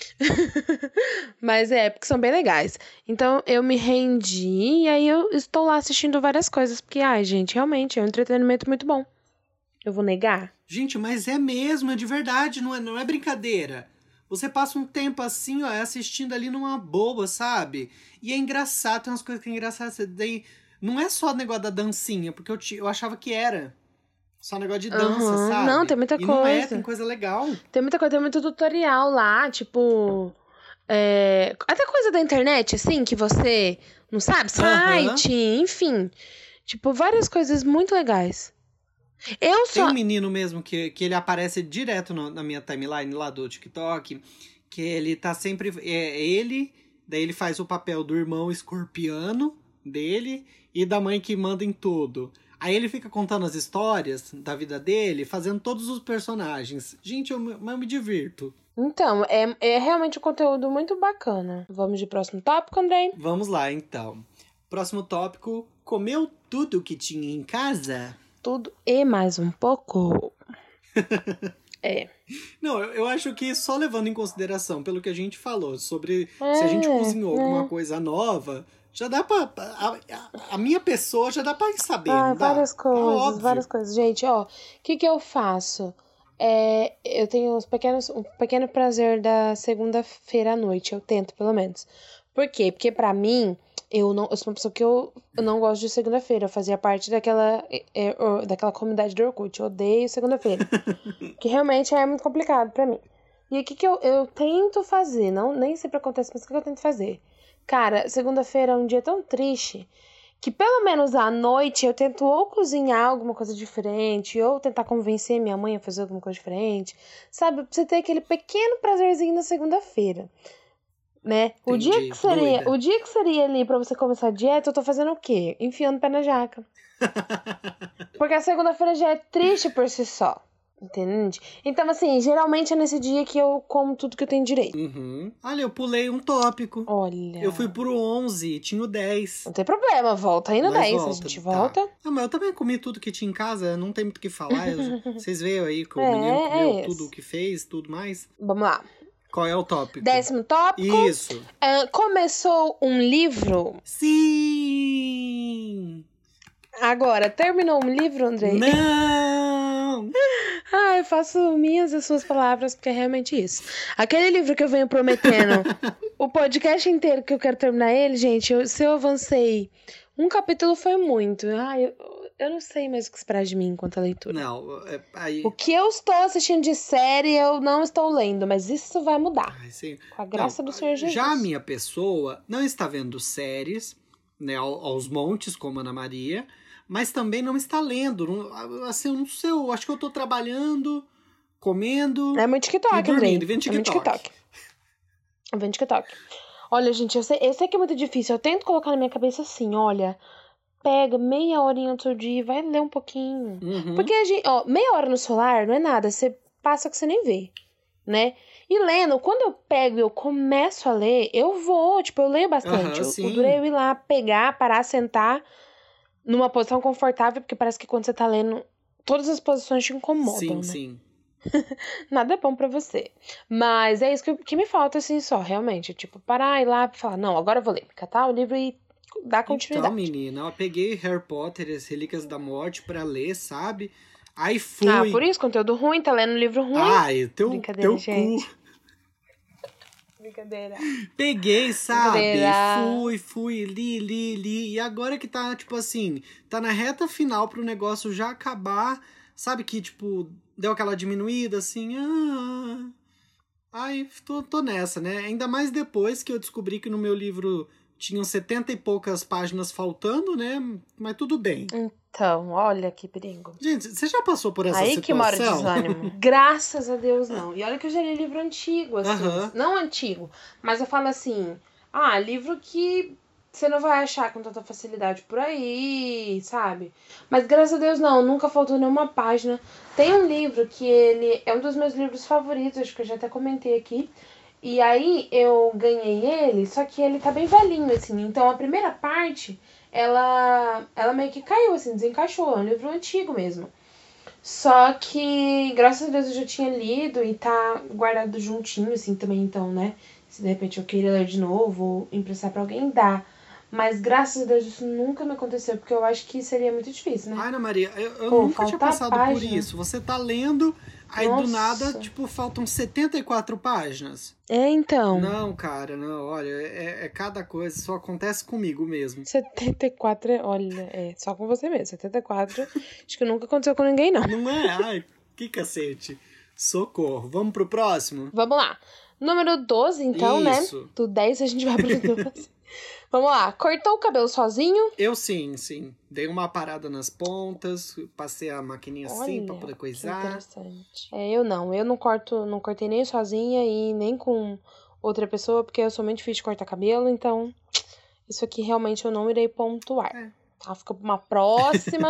Mas porque são bem legais. Então eu me rendi e aí eu estou lá assistindo várias coisas. Porque, gente, realmente é um entretenimento muito bom. Eu vou negar? Gente, mas é mesmo, é de verdade, não é brincadeira. Você passa um tempo assim, ó, assistindo ali numa boa, sabe? E é engraçado, tem umas coisas que é engraçado. Daí, não é só o negócio da dancinha, porque eu achava que era só negócio de dança, sabe? Não, tem muita e coisa. Não é, tem coisa legal. Tem muita coisa, tem muito tutorial lá, tipo... até coisa da internet, assim, que você não sabe, site, enfim. Tipo, várias coisas muito legais. Tem um menino mesmo que ele aparece direto na minha timeline lá do TikTok, que ele tá sempre... daí ele faz o papel do irmão escorpiano dele e da mãe que manda em tudo. Aí ele fica contando as histórias da vida dele, fazendo todos os personagens. Gente, eu me divirto. Então, é realmente um conteúdo muito bacana. Vamos de próximo tópico, Andrei? Vamos lá, então. Próximo tópico, comeu tudo que tinha em casa? Tudo e mais um pouco. Não, eu acho que só levando em consideração pelo que a gente falou sobre se a gente cozinhou alguma coisa nova, já dá pra... A minha pessoa já dá pra ir sabendo. Várias coisas. Gente, o que eu faço? Eu tenho um pequeno prazer da segunda-feira à noite. Eu tento, pelo menos. Por quê? Porque pra mim... Eu sou uma pessoa que eu não gosto de segunda-feira. Eu fazia parte daquela comunidade do Orkut. Eu odeio segunda-feira. Que realmente é muito complicado pra mim. E o que eu tento fazer? Nem sempre acontece, mas o que eu tento fazer? Cara, segunda-feira é um dia tão triste que pelo menos à noite eu tento ou cozinhar alguma coisa diferente, ou tentar convencer minha mãe a fazer alguma coisa diferente. Sabe? Pra você ter aquele pequeno prazerzinho na segunda-feira. Né? O dia que seria ali pra você começar a dieta, eu tô fazendo o quê? Enfiando o pé na jaca. Porque a segunda-feira já é triste por si só. Entende? Então, assim, geralmente é nesse dia que eu como tudo que eu tenho direito. Olha, eu pulei um tópico. Olha. Eu fui pro 11, tinha o 10. Não tem problema, volta aí no 10. A gente volta. Ah, mas eu também comi tudo que tinha em casa, não tem muito o que falar. Vocês veem aí que o menino comeu tudo o que fez, tudo mais. Vamos lá. Qual é o tópico? 10º tópico. Isso. Começou um livro? Sim! Agora, terminou um livro, Andrei? Não! Eu faço minhas e suas palavras, porque é realmente isso. Aquele livro que eu venho prometendo o podcast inteiro que eu quero terminar ele, gente, se eu avancei um capítulo foi muito. Eu não sei mais o que esperar de mim enquanto a leitura. Não, O que eu estou assistindo de série, eu não estou lendo, mas isso vai mudar. Sim. Com a graça do Senhor Jesus. Já a minha pessoa não está vendo séries, né, aos montes, como Ana Maria, mas também não está lendo. Assim, eu não sei, eu acho que eu estou trabalhando, comendo. É muito TikTok, e dormindo, Andrei. e vendo TikTok. Eu vendo TikTok. Olha, gente, eu sei que é muito difícil. Eu tento colocar na minha cabeça assim, olha... Pega meia horinha no seu dia e vai ler um pouquinho. Porque, meia hora no celular não é nada. Você passa que você nem vê, né? E lendo, quando eu pego e eu começo a ler, eu leio bastante. O duro é eu ir lá, pegar, parar, sentar numa posição confortável, porque parece que quando você tá lendo, todas as posições te incomodam, né? Sim. Nada é bom pra você. Mas é isso que me falta, assim, só, realmente. Tipo, parar, ir lá e falar, não, agora eu vou ler. Catar o livro e dar continuidade. Então, menina, eu peguei Harry Potter e as Relíquias da Morte pra ler, sabe? Aí fui... por isso, conteúdo ruim, tá lendo um livro ruim. Teu gente. cu. Brincadeira. Peguei, sabe? Fui, li. E agora que tá, tipo assim, tá na reta final pro negócio já acabar, sabe? Que, tipo, deu aquela diminuída, assim, Ai, tô nessa, né? Ainda mais depois que eu descobri que no meu livro tinham 70 e poucas páginas faltando, né? Mas tudo bem. Então, olha que perigo. Gente, você já passou por essa situação? Aí que mora o desânimo. Graças a Deus, não. E olha que eu já li livro antigo, assim. Não antigo, mas eu falo assim... livro que você não vai achar com tanta facilidade por aí, sabe? Mas graças a Deus, não. Nunca faltou nenhuma página. Tem um livro que ele é um dos meus livros favoritos, acho que eu já até comentei aqui. E aí eu ganhei ele, só que ele tá bem velhinho, assim. Então a primeira parte, ela meio que caiu, assim, desencaixou. É um livro antigo mesmo. Só que, graças a Deus, eu já tinha lido e tá guardado juntinho, assim, também. Então, né, se de repente eu queira ler de novo ou emprestar pra alguém, dá. Mas, graças a Deus, isso nunca me aconteceu, porque eu acho que seria muito difícil, né? Ai, Ana Maria, eu Pô, nunca tinha faltar passado por página. isso. Você tá lendo, aí do nada, Nossa. tipo, faltam 74 páginas. É, então. Não, cara, não, olha, é cada coisa, só acontece comigo mesmo. 74, olha, só com você mesmo. 74, acho que nunca aconteceu com ninguém, não. Não é? Ai, que cacete. Socorro. Vamos pro próximo? Vamos lá. Número 12, então, Isso. né? Do 10 a gente vai pro 12. Vamos lá. Cortou o cabelo sozinho? Eu sim. Dei uma parada nas pontas, passei a maquininha assim pra poder Que coisar. interessante. Eu não cortei nem sozinha e nem com outra pessoa, porque eu sou muito difícil de cortar cabelo, então isso aqui realmente eu não irei pontuar. Tá? Fica pra uma próxima.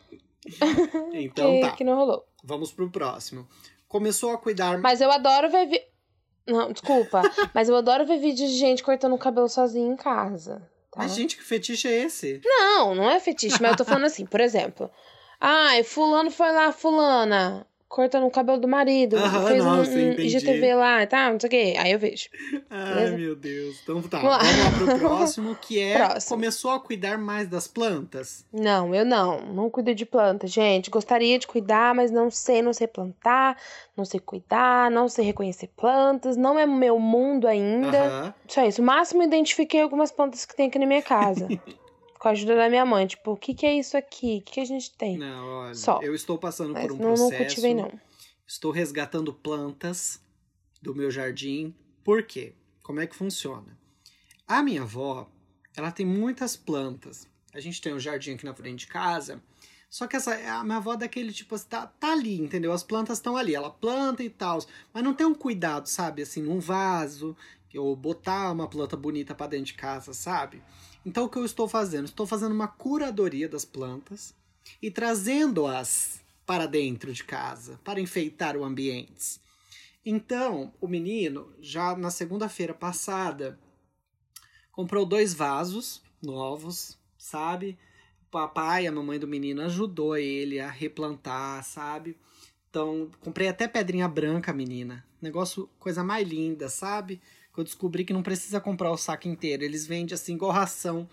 Então tá. Que não rolou. Vamos pro próximo. Começou a cuidar... Mas eu adoro ver... Não, desculpa. Mas eu adoro ver vídeos de gente cortando o cabelo sozinha em casa. Tá? Mas, gente, que fetiche é esse? Não é fetiche, mas eu tô falando assim, por exemplo. Ai, fulano foi lá, fulana, cortando o cabelo do marido, fez um IGTV lá e tal, não sei o quê. Aí eu vejo. Ai, beleza? meu Deus. Então tá, Vamos lá. vamos lá pro próximo, que é... Próximo. Começou a cuidar mais das plantas. Não, eu não cuido de planta, gente. Gostaria de cuidar, mas não sei plantar, não sei cuidar, não sei reconhecer plantas, não é meu mundo ainda. Aham. Só isso. O máximo, identifiquei algumas plantas que tem aqui na minha casa. Com a ajuda da minha mãe. Tipo, o que é isso aqui? O que a gente tem? Não, olha, Só. eu estou passando Mas por um não processo. cultivei, não. Estou resgatando plantas do meu jardim. Por quê? Como é que funciona? A minha avó, ela tem muitas plantas. A gente tem um jardim aqui na frente de casa. Só que a minha avó é daquele tipo, tá ali, entendeu? As plantas estão ali, ela planta e tal. Mas não tem um cuidado, sabe? Assim, num vaso, ou botar uma planta bonita pra dentro de casa, sabe? Então, o que eu estou fazendo? Estou fazendo uma curadoria das plantas e trazendo-as para dentro de casa, para enfeitar o ambiente. Então, o menino, já na segunda-feira passada, comprou 2 vasos novos, sabe? O papai e a mamãe do menino ajudou ele a replantar, sabe? Então, comprei até pedrinha branca, menina. Negócio, coisa mais linda, sabe? Que eu descobri que não precisa comprar o saco inteiro. Eles vendem assim, igual ração.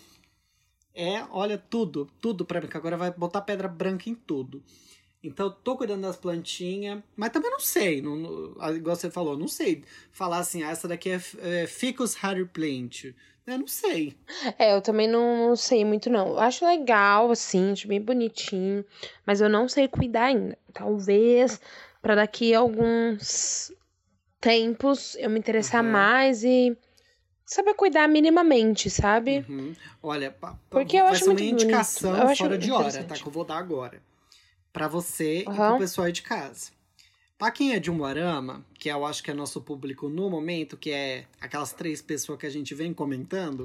Olha, tudo pra mim, que agora vai botar pedra branca em tudo. Então, eu tô cuidando das plantinhas, mas também não sei, igual você falou, não sei falar assim, essa daqui é Ficus rariplant. Eu não sei. Eu também não sei muito, não. Eu acho legal, assim, acho bem bonitinho, mas eu não sei cuidar ainda. Talvez, pra daqui a alguns tempos, eu me interessar mais e saber cuidar minimamente, sabe? Olha, Porque eu vai acho ser muito uma bonito. indicação Eu acho fora de hora, tá? interessante. Que eu vou dar agora. Pra você e pro pessoal aí de casa. Pra quem é de Umuarama, que eu acho que é nosso público no momento, que é aquelas 3 pessoas que a gente vem comentando.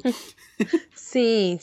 Sim.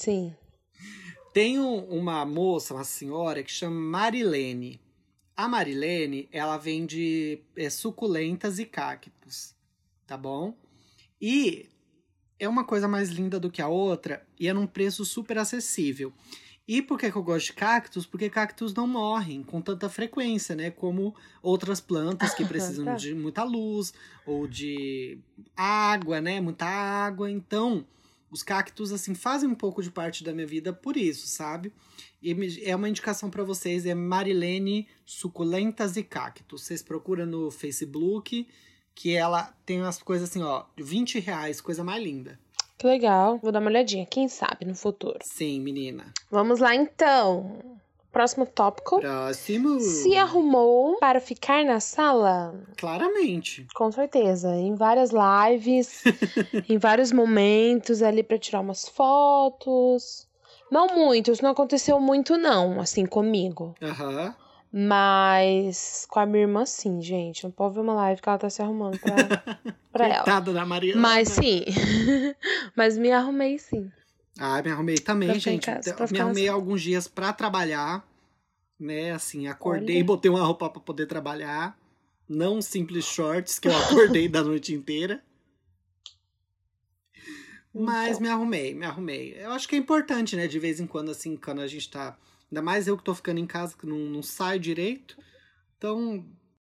Tem uma moça, uma senhora, que chama Marilene. A Marilene, ela vende suculentas e cactos, tá bom? E é uma coisa mais linda do que a outra e é num preço super acessível. E por que eu gosto de cactos? Porque cactos não morrem com tanta frequência, né? Como outras plantas que precisam de muita luz ou de água, né? Muita água. Então, os cactos, assim, fazem um pouco de parte da minha vida por isso, sabe? E é uma indicação para vocês, é Marilene Suculentas e Cactos. Vocês procuram no Facebook, que ela tem umas coisas assim, ó, R$20, coisa mais linda. Que legal. Vou dar uma olhadinha, quem sabe, no futuro. Sim, menina. Vamos lá, então. Próximo tópico. Próximo. Se arrumou para ficar na sala? Claramente. Com certeza. Em várias lives, em vários momentos ali para tirar umas fotos. Não muito, isso não aconteceu muito não, assim, comigo. Aham. Mas com a minha irmã, sim, gente. Não pode ver uma live que ela tá se arrumando pra ela. Coitada da Mariana. Mas sim. Mas me arrumei, sim. Ah, me arrumei também, gente. Me arrumei casa. alguns dias pra trabalhar, né? Assim, acordei e botei uma roupa pra poder trabalhar. Não simples shorts, que eu acordei da noite inteira. Mas Então. me arrumei. Eu acho que é importante, né? De vez em quando, assim, quando a gente tá... Ainda mais eu que tô ficando em casa, que não saio direito. Então,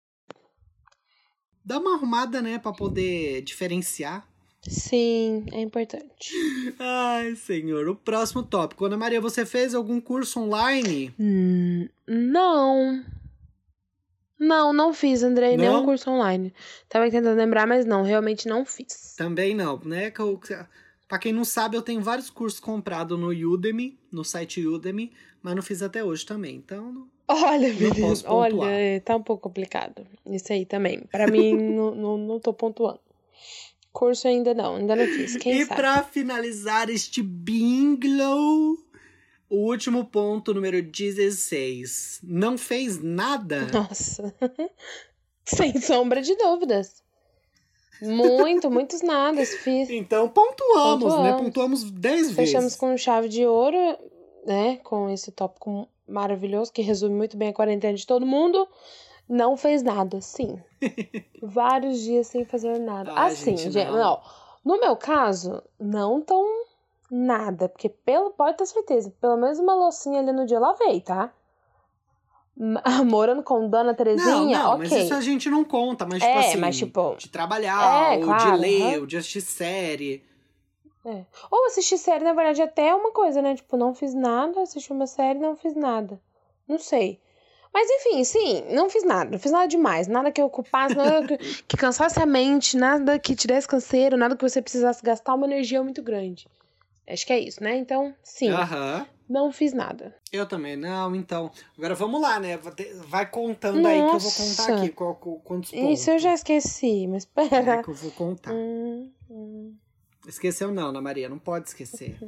dá uma arrumada, né? Pra poder diferenciar. Sim, é importante. Ai, senhor. O próximo tópico. Ana Maria, você fez algum curso online? Não. Não fiz, Andrei, nenhum Não? curso online. Tava tentando lembrar, mas não, realmente não fiz. Também não, né? Pra quem não sabe, eu tenho vários cursos comprados no Udemy, no site Udemy, mas não fiz até hoje também. Então, Olha, não menino, posso pontuar. olha, tá um pouco complicado. Isso aí também. Pra mim, não tô pontuando. Curso ainda não fiz. Quem E sabe? pra finalizar este bingo, o último ponto, número 16. Não fez nada? Nossa. Sem sombra de dúvidas. Muitos nadas fiz. Então pontuamos, né? Pontuamos. Pontuamos 10 vezes. Fechamos com chave de ouro, né? Com esse tópico maravilhoso que resume muito bem a quarentena de todo mundo. Não fez nada, sim. Vários dias sem fazer nada. Ai, Assim, gente, gente, não. não. No meu caso, não tão nada. Porque pode ter certeza, pelo menos uma loucinha ali no dia eu lavei, tá? Morando com Dona Terezinha, Não, ok. mas isso a gente não conta. Mas, tipo assim, mas tipo... de trabalhar, ou claro, de ler, ou de assistir série. Ou assistir série, na verdade, até é uma coisa, né? Tipo, não fiz nada, assisti uma série, não fiz nada. Não sei. Mas enfim, sim, não fiz nada. Não fiz nada demais. Nada que ocupasse, nada que cansasse a mente, nada que te desse canseiro, nada que você precisasse gastar uma energia muito grande. Acho que é isso, né? Então, sim, não fiz nada. Eu também não, então. Agora vamos lá, né? Vai contando aí que eu vou contar aqui quantos pontos. Isso eu já esqueci, mas pera. É que eu vou contar. Esqueceu não, Ana Maria, não pode esquecer.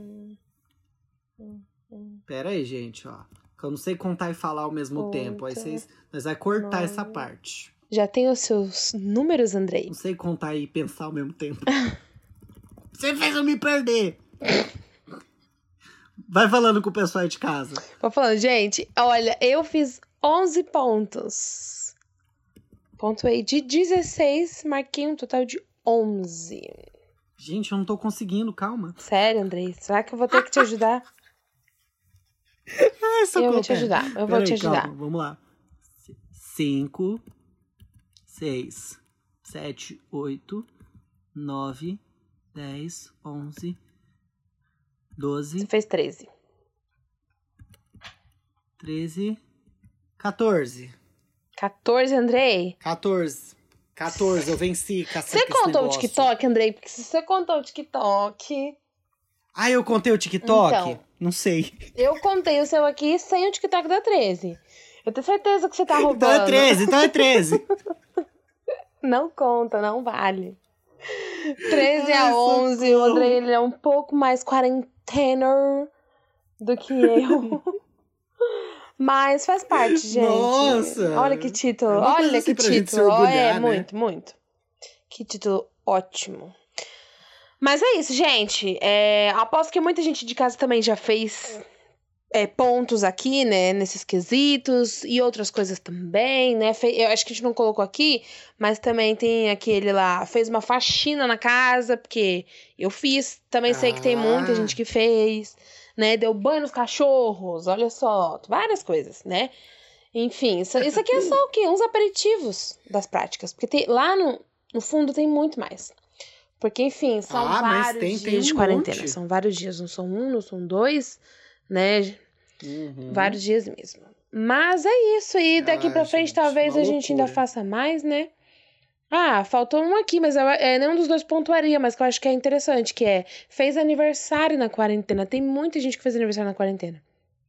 Pera aí, gente, ó. Eu não sei contar e falar ao mesmo tempo. Aí nós vai cortar essa parte. Já tem os seus números, Andrei? Não sei contar e pensar ao mesmo tempo. Você fez eu me perder. Vai falando com o pessoal aí de casa. Vou falando, gente, olha, eu fiz 11 pontos. Pontuei de 16, marquei um total de 11. Gente, eu não tô conseguindo, calma. Sério, Andrei? Será que eu vou ter que te ajudar? Eu vou te ajudar, eu vou te ajudar. Calma, vamos lá. 5, 6, 7, 8, 9, 10, 11, 12. Você fez 13. 13, 14. 14, Andrei? 14, eu venci. Você contou o TikTok, Andrei? Porque se você contou o TikTok... Ah, eu contei o TikTok? Então, não sei. Eu contei o seu aqui sem o TikTok da 13. Eu tenho certeza que você tá roubando. Então é 13. Não conta, não vale. 13 a 11, o Andrei ele é um pouco mais quarentener do que eu. Mas faz parte, gente. Nossa! Olha que título, olha que título. Orgulhar, né? Muito. Que título ótimo. Mas é isso, gente. Aposto que muita gente de casa também já fez pontos aqui, né? Nesses quesitos e outras coisas também, né? Eu acho que a gente não colocou aqui, mas também tem aquele lá, fez uma faxina na casa, porque eu fiz. Também sei que tem muita gente que fez, né? Deu banho nos cachorros, olha só. Várias coisas, né? Enfim, isso aqui é só o quê? Uns aperitivos das práticas. Porque lá no fundo tem muito mais. Porque, enfim, são vários dias de quarentena. São vários dias, não são um, não são dois, né? Vários dias mesmo. Mas é isso. E daqui pra frente, talvez a gente ainda faça mais, né? Faltou um aqui, mas nenhum dos dois pontuaria, mas que eu acho que é interessante, que fez aniversário na quarentena. Tem muita gente que fez aniversário na quarentena.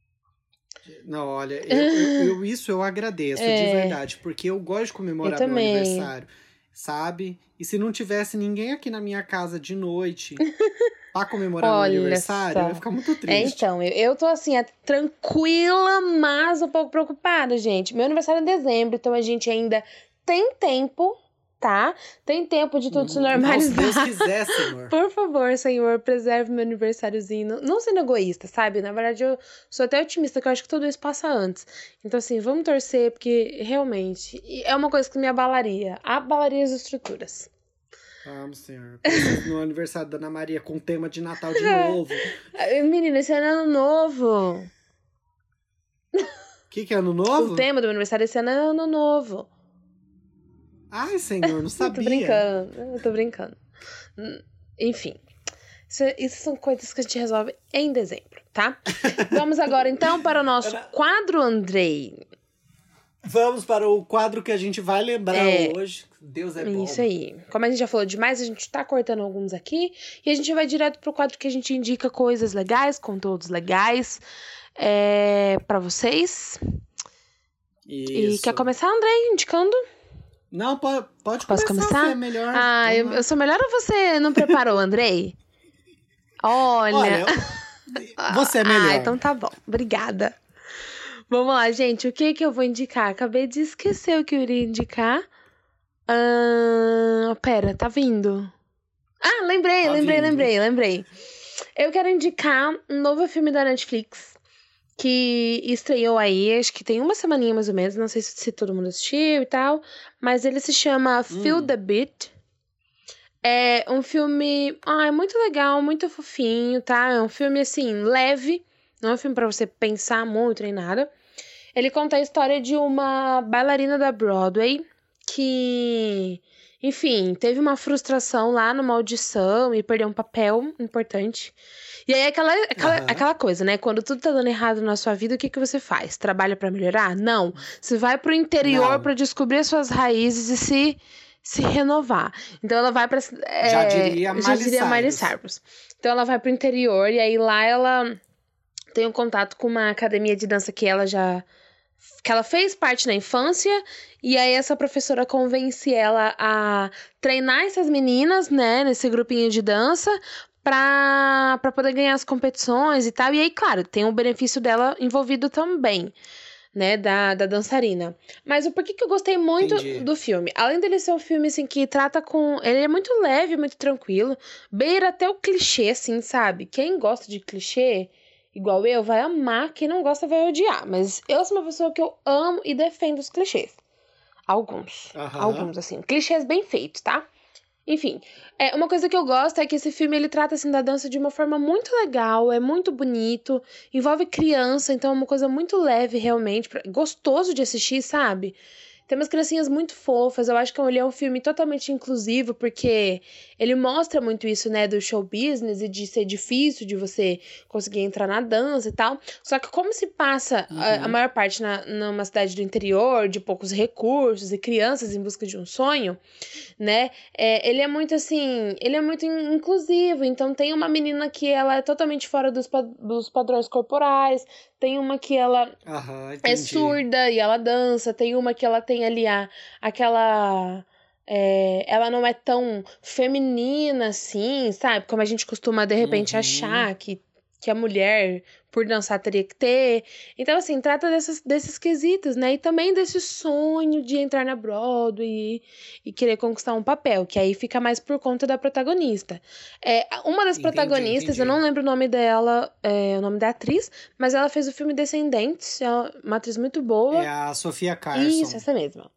Não, olha, isso eu agradeço, de verdade, porque eu gosto de comemorar meu aniversário, sabe? E se não tivesse ninguém aqui na minha casa de noite pra comemorar meu aniversário, eu ia ficar muito triste. Então, eu tô assim, tranquila, mas um pouco preocupada, gente. Meu aniversário é em dezembro, então a gente ainda tem tempo, tá? Tem tempo de tudo se normalizar. Se Deus quiser, Senhor. Por favor, Senhor, preserve meu aniversáriozinho. Não sendo egoísta, sabe? Na verdade, eu sou até otimista, que eu acho que tudo isso passa antes. Então, assim, vamos torcer, porque realmente é uma coisa que me abalaria. Abalaria as estruturas. Vamos, senhor. Pensando no aniversário da Ana Maria com tema de Natal de novo. Menina, esse ano é ano novo. O que é ano novo? O tema do meu aniversário esse ano é ano novo. Ai, senhor, não sabia. Eu tô brincando. Enfim. Isso são coisas que a gente resolve em dezembro, tá? Vamos agora, então, para o nosso quadro, Andrei. Vamos para o quadro que a gente vai lembrar hoje. Deus é bom. Isso aí. Como a gente já falou demais, a gente tá cortando alguns aqui. E a gente vai direto pro quadro que a gente indica coisas legais, conteúdos legais pra vocês. Isso. E quer começar, Andrei, indicando? Não, pode Posso começar? Você é melhor. Eu sou melhor ou você não preparou, Andrei? Olha você é melhor. Então tá bom. Obrigada. Vamos lá, gente. O que eu vou indicar? Acabei de esquecer o que eu iria indicar. Pera, tá vindo. Lembrei. Eu quero indicar um novo filme da Netflix que estreou aí, acho que tem uma semaninha mais ou menos, não sei se todo mundo assistiu e tal, mas ele se chama Feel the Beat. É um filme, muito legal, muito fofinho, tá? É um filme, assim, leve, não é um filme pra você pensar muito nem nada. Ele conta a história de uma bailarina da Broadway que, enfim, teve uma frustração lá numa audição e perdeu um papel importante. E aí aquela coisa, né? Quando tudo tá dando errado na sua vida, o que você faz? Trabalha pra melhorar? Não. Você vai pro interior pra descobrir as suas raízes e se renovar. Então ela vai pra... já diria Miley Cyrus. Então ela vai pro interior e aí lá ela tem um contato com uma academia de dança que ela fez parte na infância, e aí essa professora convence ela a treinar essas meninas, né, nesse grupinho de dança, pra poder ganhar as competições e tal. E aí, claro, tem o benefício dela envolvido também, né, da dançarina. Mas o porquê que eu gostei muito do filme? Além dele ser um filme, assim, que trata com... Ele é muito leve, muito tranquilo, beira até o clichê, assim, sabe? Quem gosta de clichê... igual eu, vai amar. Quem não gosta vai odiar. Mas eu sou uma pessoa que eu amo e defendo os clichês. Alguns, assim. Clichês bem feitos, tá? Enfim, uma coisa que eu gosto é que esse filme, ele trata, assim, da dança de uma forma muito legal, é muito bonito, envolve criança, então é uma coisa muito leve, realmente, gostoso de assistir, sabe? Tem umas criancinhas muito fofas. Eu acho que ele é um filme totalmente inclusivo, porque ele mostra muito isso, né, do show business e de ser difícil de você conseguir entrar na dança e tal. Só que como se passa a maior parte numa cidade do interior, de poucos recursos e crianças em busca de um sonho, né, ele é muito assim, ele é muito inclusivo. Então tem uma menina que ela é totalmente fora dos padrões corporais, tem uma que ela é surda e ela dança, tem uma que ela tem ali aquela... ela não é tão feminina assim, sabe? Como a gente costuma, de repente, achar que a mulher, por dançar, teria que ter. Então, assim, trata desses quesitos, né? E também desse sonho de entrar na Broadway e querer conquistar um papel, que aí fica mais por conta da protagonista. Uma das protagonistas, eu não lembro o nome dela, o nome da atriz, mas ela fez o filme Descendentes, é uma atriz muito boa. É a Sofia Carson. Isso, essa mesma.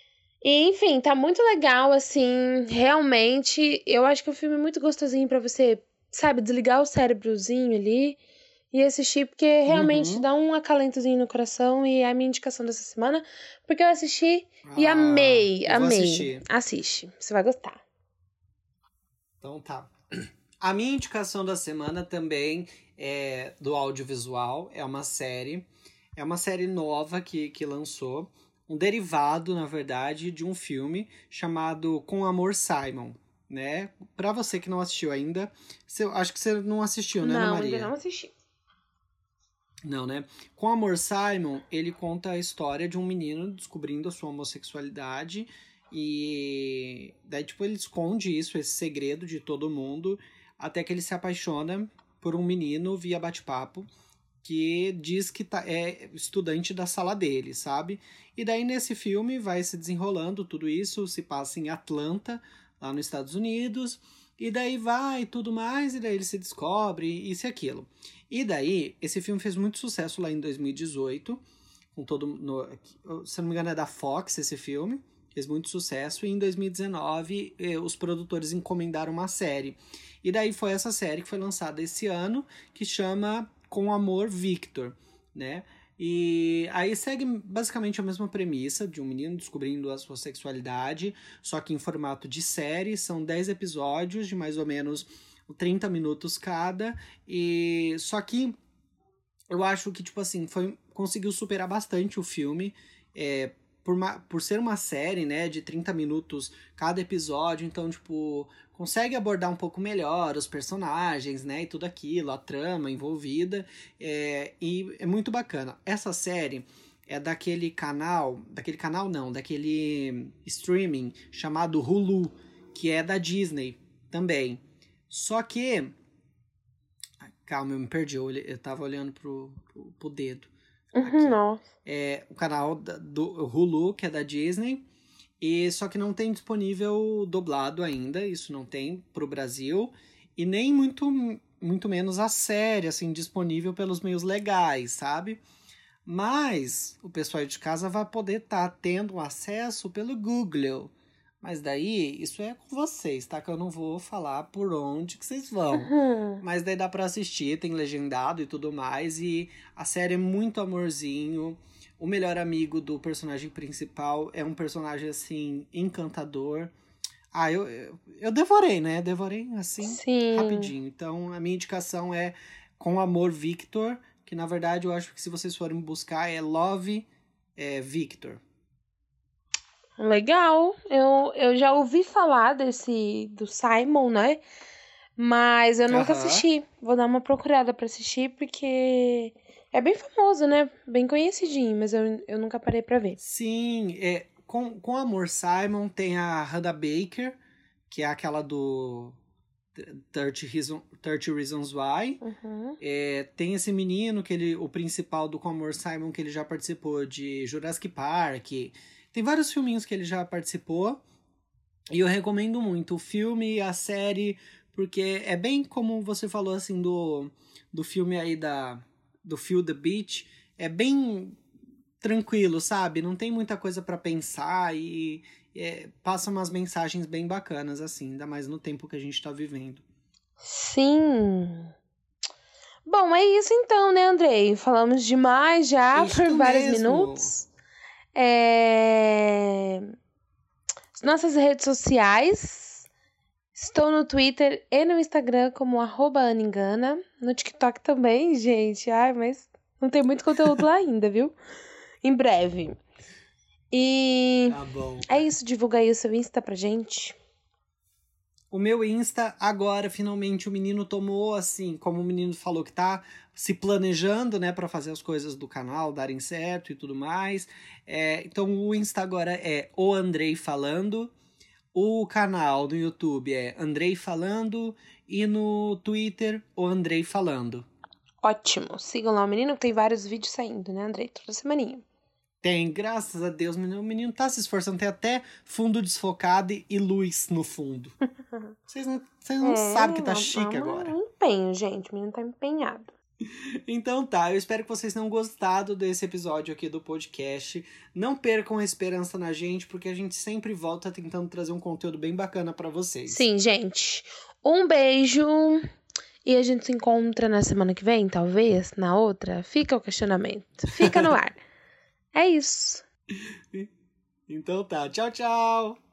E, enfim, tá muito legal, assim, realmente. Eu acho que é um filme muito gostosinho pra você, sabe, desligar o cérebrozinho ali e assistir, porque realmente dá um acalentozinho no coração. E é a minha indicação dessa semana, porque eu assisti e amei. Assiste, você vai gostar. Então tá. A minha indicação da semana também é do audiovisual, é uma série nova que lançou, um derivado, na verdade, de um filme chamado Com Amor, Simon, né? Pra você que não assistiu ainda, acho que você não assistiu, né, Ana Maria? Não, ainda não assisti. Não, né? Com Amor, Simon, ele conta a história de um menino descobrindo a sua homossexualidade e daí, tipo, ele esconde esse segredo de todo mundo até que ele se apaixona por um menino via bate-papo que diz que é estudante da sala dele, sabe? E daí nesse filme vai se desenrolando tudo isso, se passa em Atlanta, lá nos Estados Unidos, e daí vai tudo mais, e daí ele se descobre, isso e aquilo. E daí, esse filme fez muito sucesso lá em 2018, com se não me engano é da Fox esse filme, fez muito sucesso, e em 2019 os produtores encomendaram uma série. E daí foi essa série que foi lançada esse ano, que chama Com Amor, Victor, né? E aí segue basicamente a mesma premissa de um menino descobrindo a sua sexualidade, só que em formato de série. São 10 episódios de mais ou menos 30 minutos cada, e só que eu acho que, tipo assim, conseguiu superar bastante o filme, por ser uma série, né, de 30 minutos cada episódio. Então, tipo, consegue abordar um pouco melhor os personagens, né, e tudo aquilo, a trama envolvida, e é muito bacana. Essa série é daquele streaming chamado Hulu, que é da Disney também. Só que... Calma, eu me perdi, eu tava olhando pro dedo. Nossa. O canal do Hulu, que é da Disney, e só que não tem disponível dublado ainda, isso não tem pro Brasil, e nem muito menos a série, assim, disponível pelos meios legais, sabe? Mas o pessoal de casa vai poder estar tendo acesso pelo Google. Mas daí, isso é com vocês, tá? Que eu não vou falar por onde que vocês vão. Mas daí dá pra assistir, tem legendado e tudo mais. E a série é muito amorzinho. O melhor amigo do personagem principal é um personagem, assim, encantador. Eu devorei, né? Devorei, assim, Sim. rapidinho. Então, a minha indicação é Com Amor, Victor. Que, na verdade, eu acho que se vocês forem buscar é Love Victor. Legal. Eu já ouvi falar do Simon, né? Mas eu nunca assisti. Vou dar uma procurada pra assistir, porque é bem famoso, né? Bem conhecidinho, mas eu nunca parei pra ver. Sim, com Amor, Simon tem a Hannah Baker, que é aquela do 30 Reasons Why. Tem esse menino, o principal do Com Amor, Simon, que ele já participou de Jurassic Park. Tem vários filminhos que ele já participou, e eu recomendo muito o filme e a série, porque é bem como você falou, assim, do filme aí do Feel the Beat, é bem tranquilo, sabe? Não tem muita coisa pra pensar e passa umas mensagens bem bacanas, assim, ainda mais no tempo que a gente tá vivendo. Sim. Bom, é isso então, né, Andrei? Falamos demais já por vários minutos. Nossas redes sociais. Estou no Twitter e no Instagram como @AnaEngana. No TikTok também, gente. Ai, mas não tem muito conteúdo lá ainda, viu? Em breve. E Tá bom. É isso, divulga aí o seu Insta pra gente. O meu Insta, agora, finalmente, o menino tomou, assim, como o menino falou que tá se planejando, né, pra fazer as coisas do canal darem certo e tudo mais. Então, o Insta agora é o Andrei Falando. O canal do YouTube é Andrei Falando. E no Twitter, o Andrei Falando. Ótimo. Sigam lá o menino, que tem vários vídeos saindo, né, Andrei? Toda semaninha. Tem, graças a Deus, o menino tá se esforçando. Tem até fundo desfocado e luz no fundo. Vocês não sabem que tá chique agora. Empenho, gente. O menino tá empenhado. Então tá, eu espero que vocês tenham gostado desse episódio aqui do podcast. Não percam a esperança na gente, porque a gente sempre volta tentando trazer um conteúdo bem bacana pra vocês. Sim, gente. Um beijo. E a gente se encontra na semana que vem, talvez, na outra. Fica o questionamento. Fica no ar. É isso. Então tá, tchau, tchau!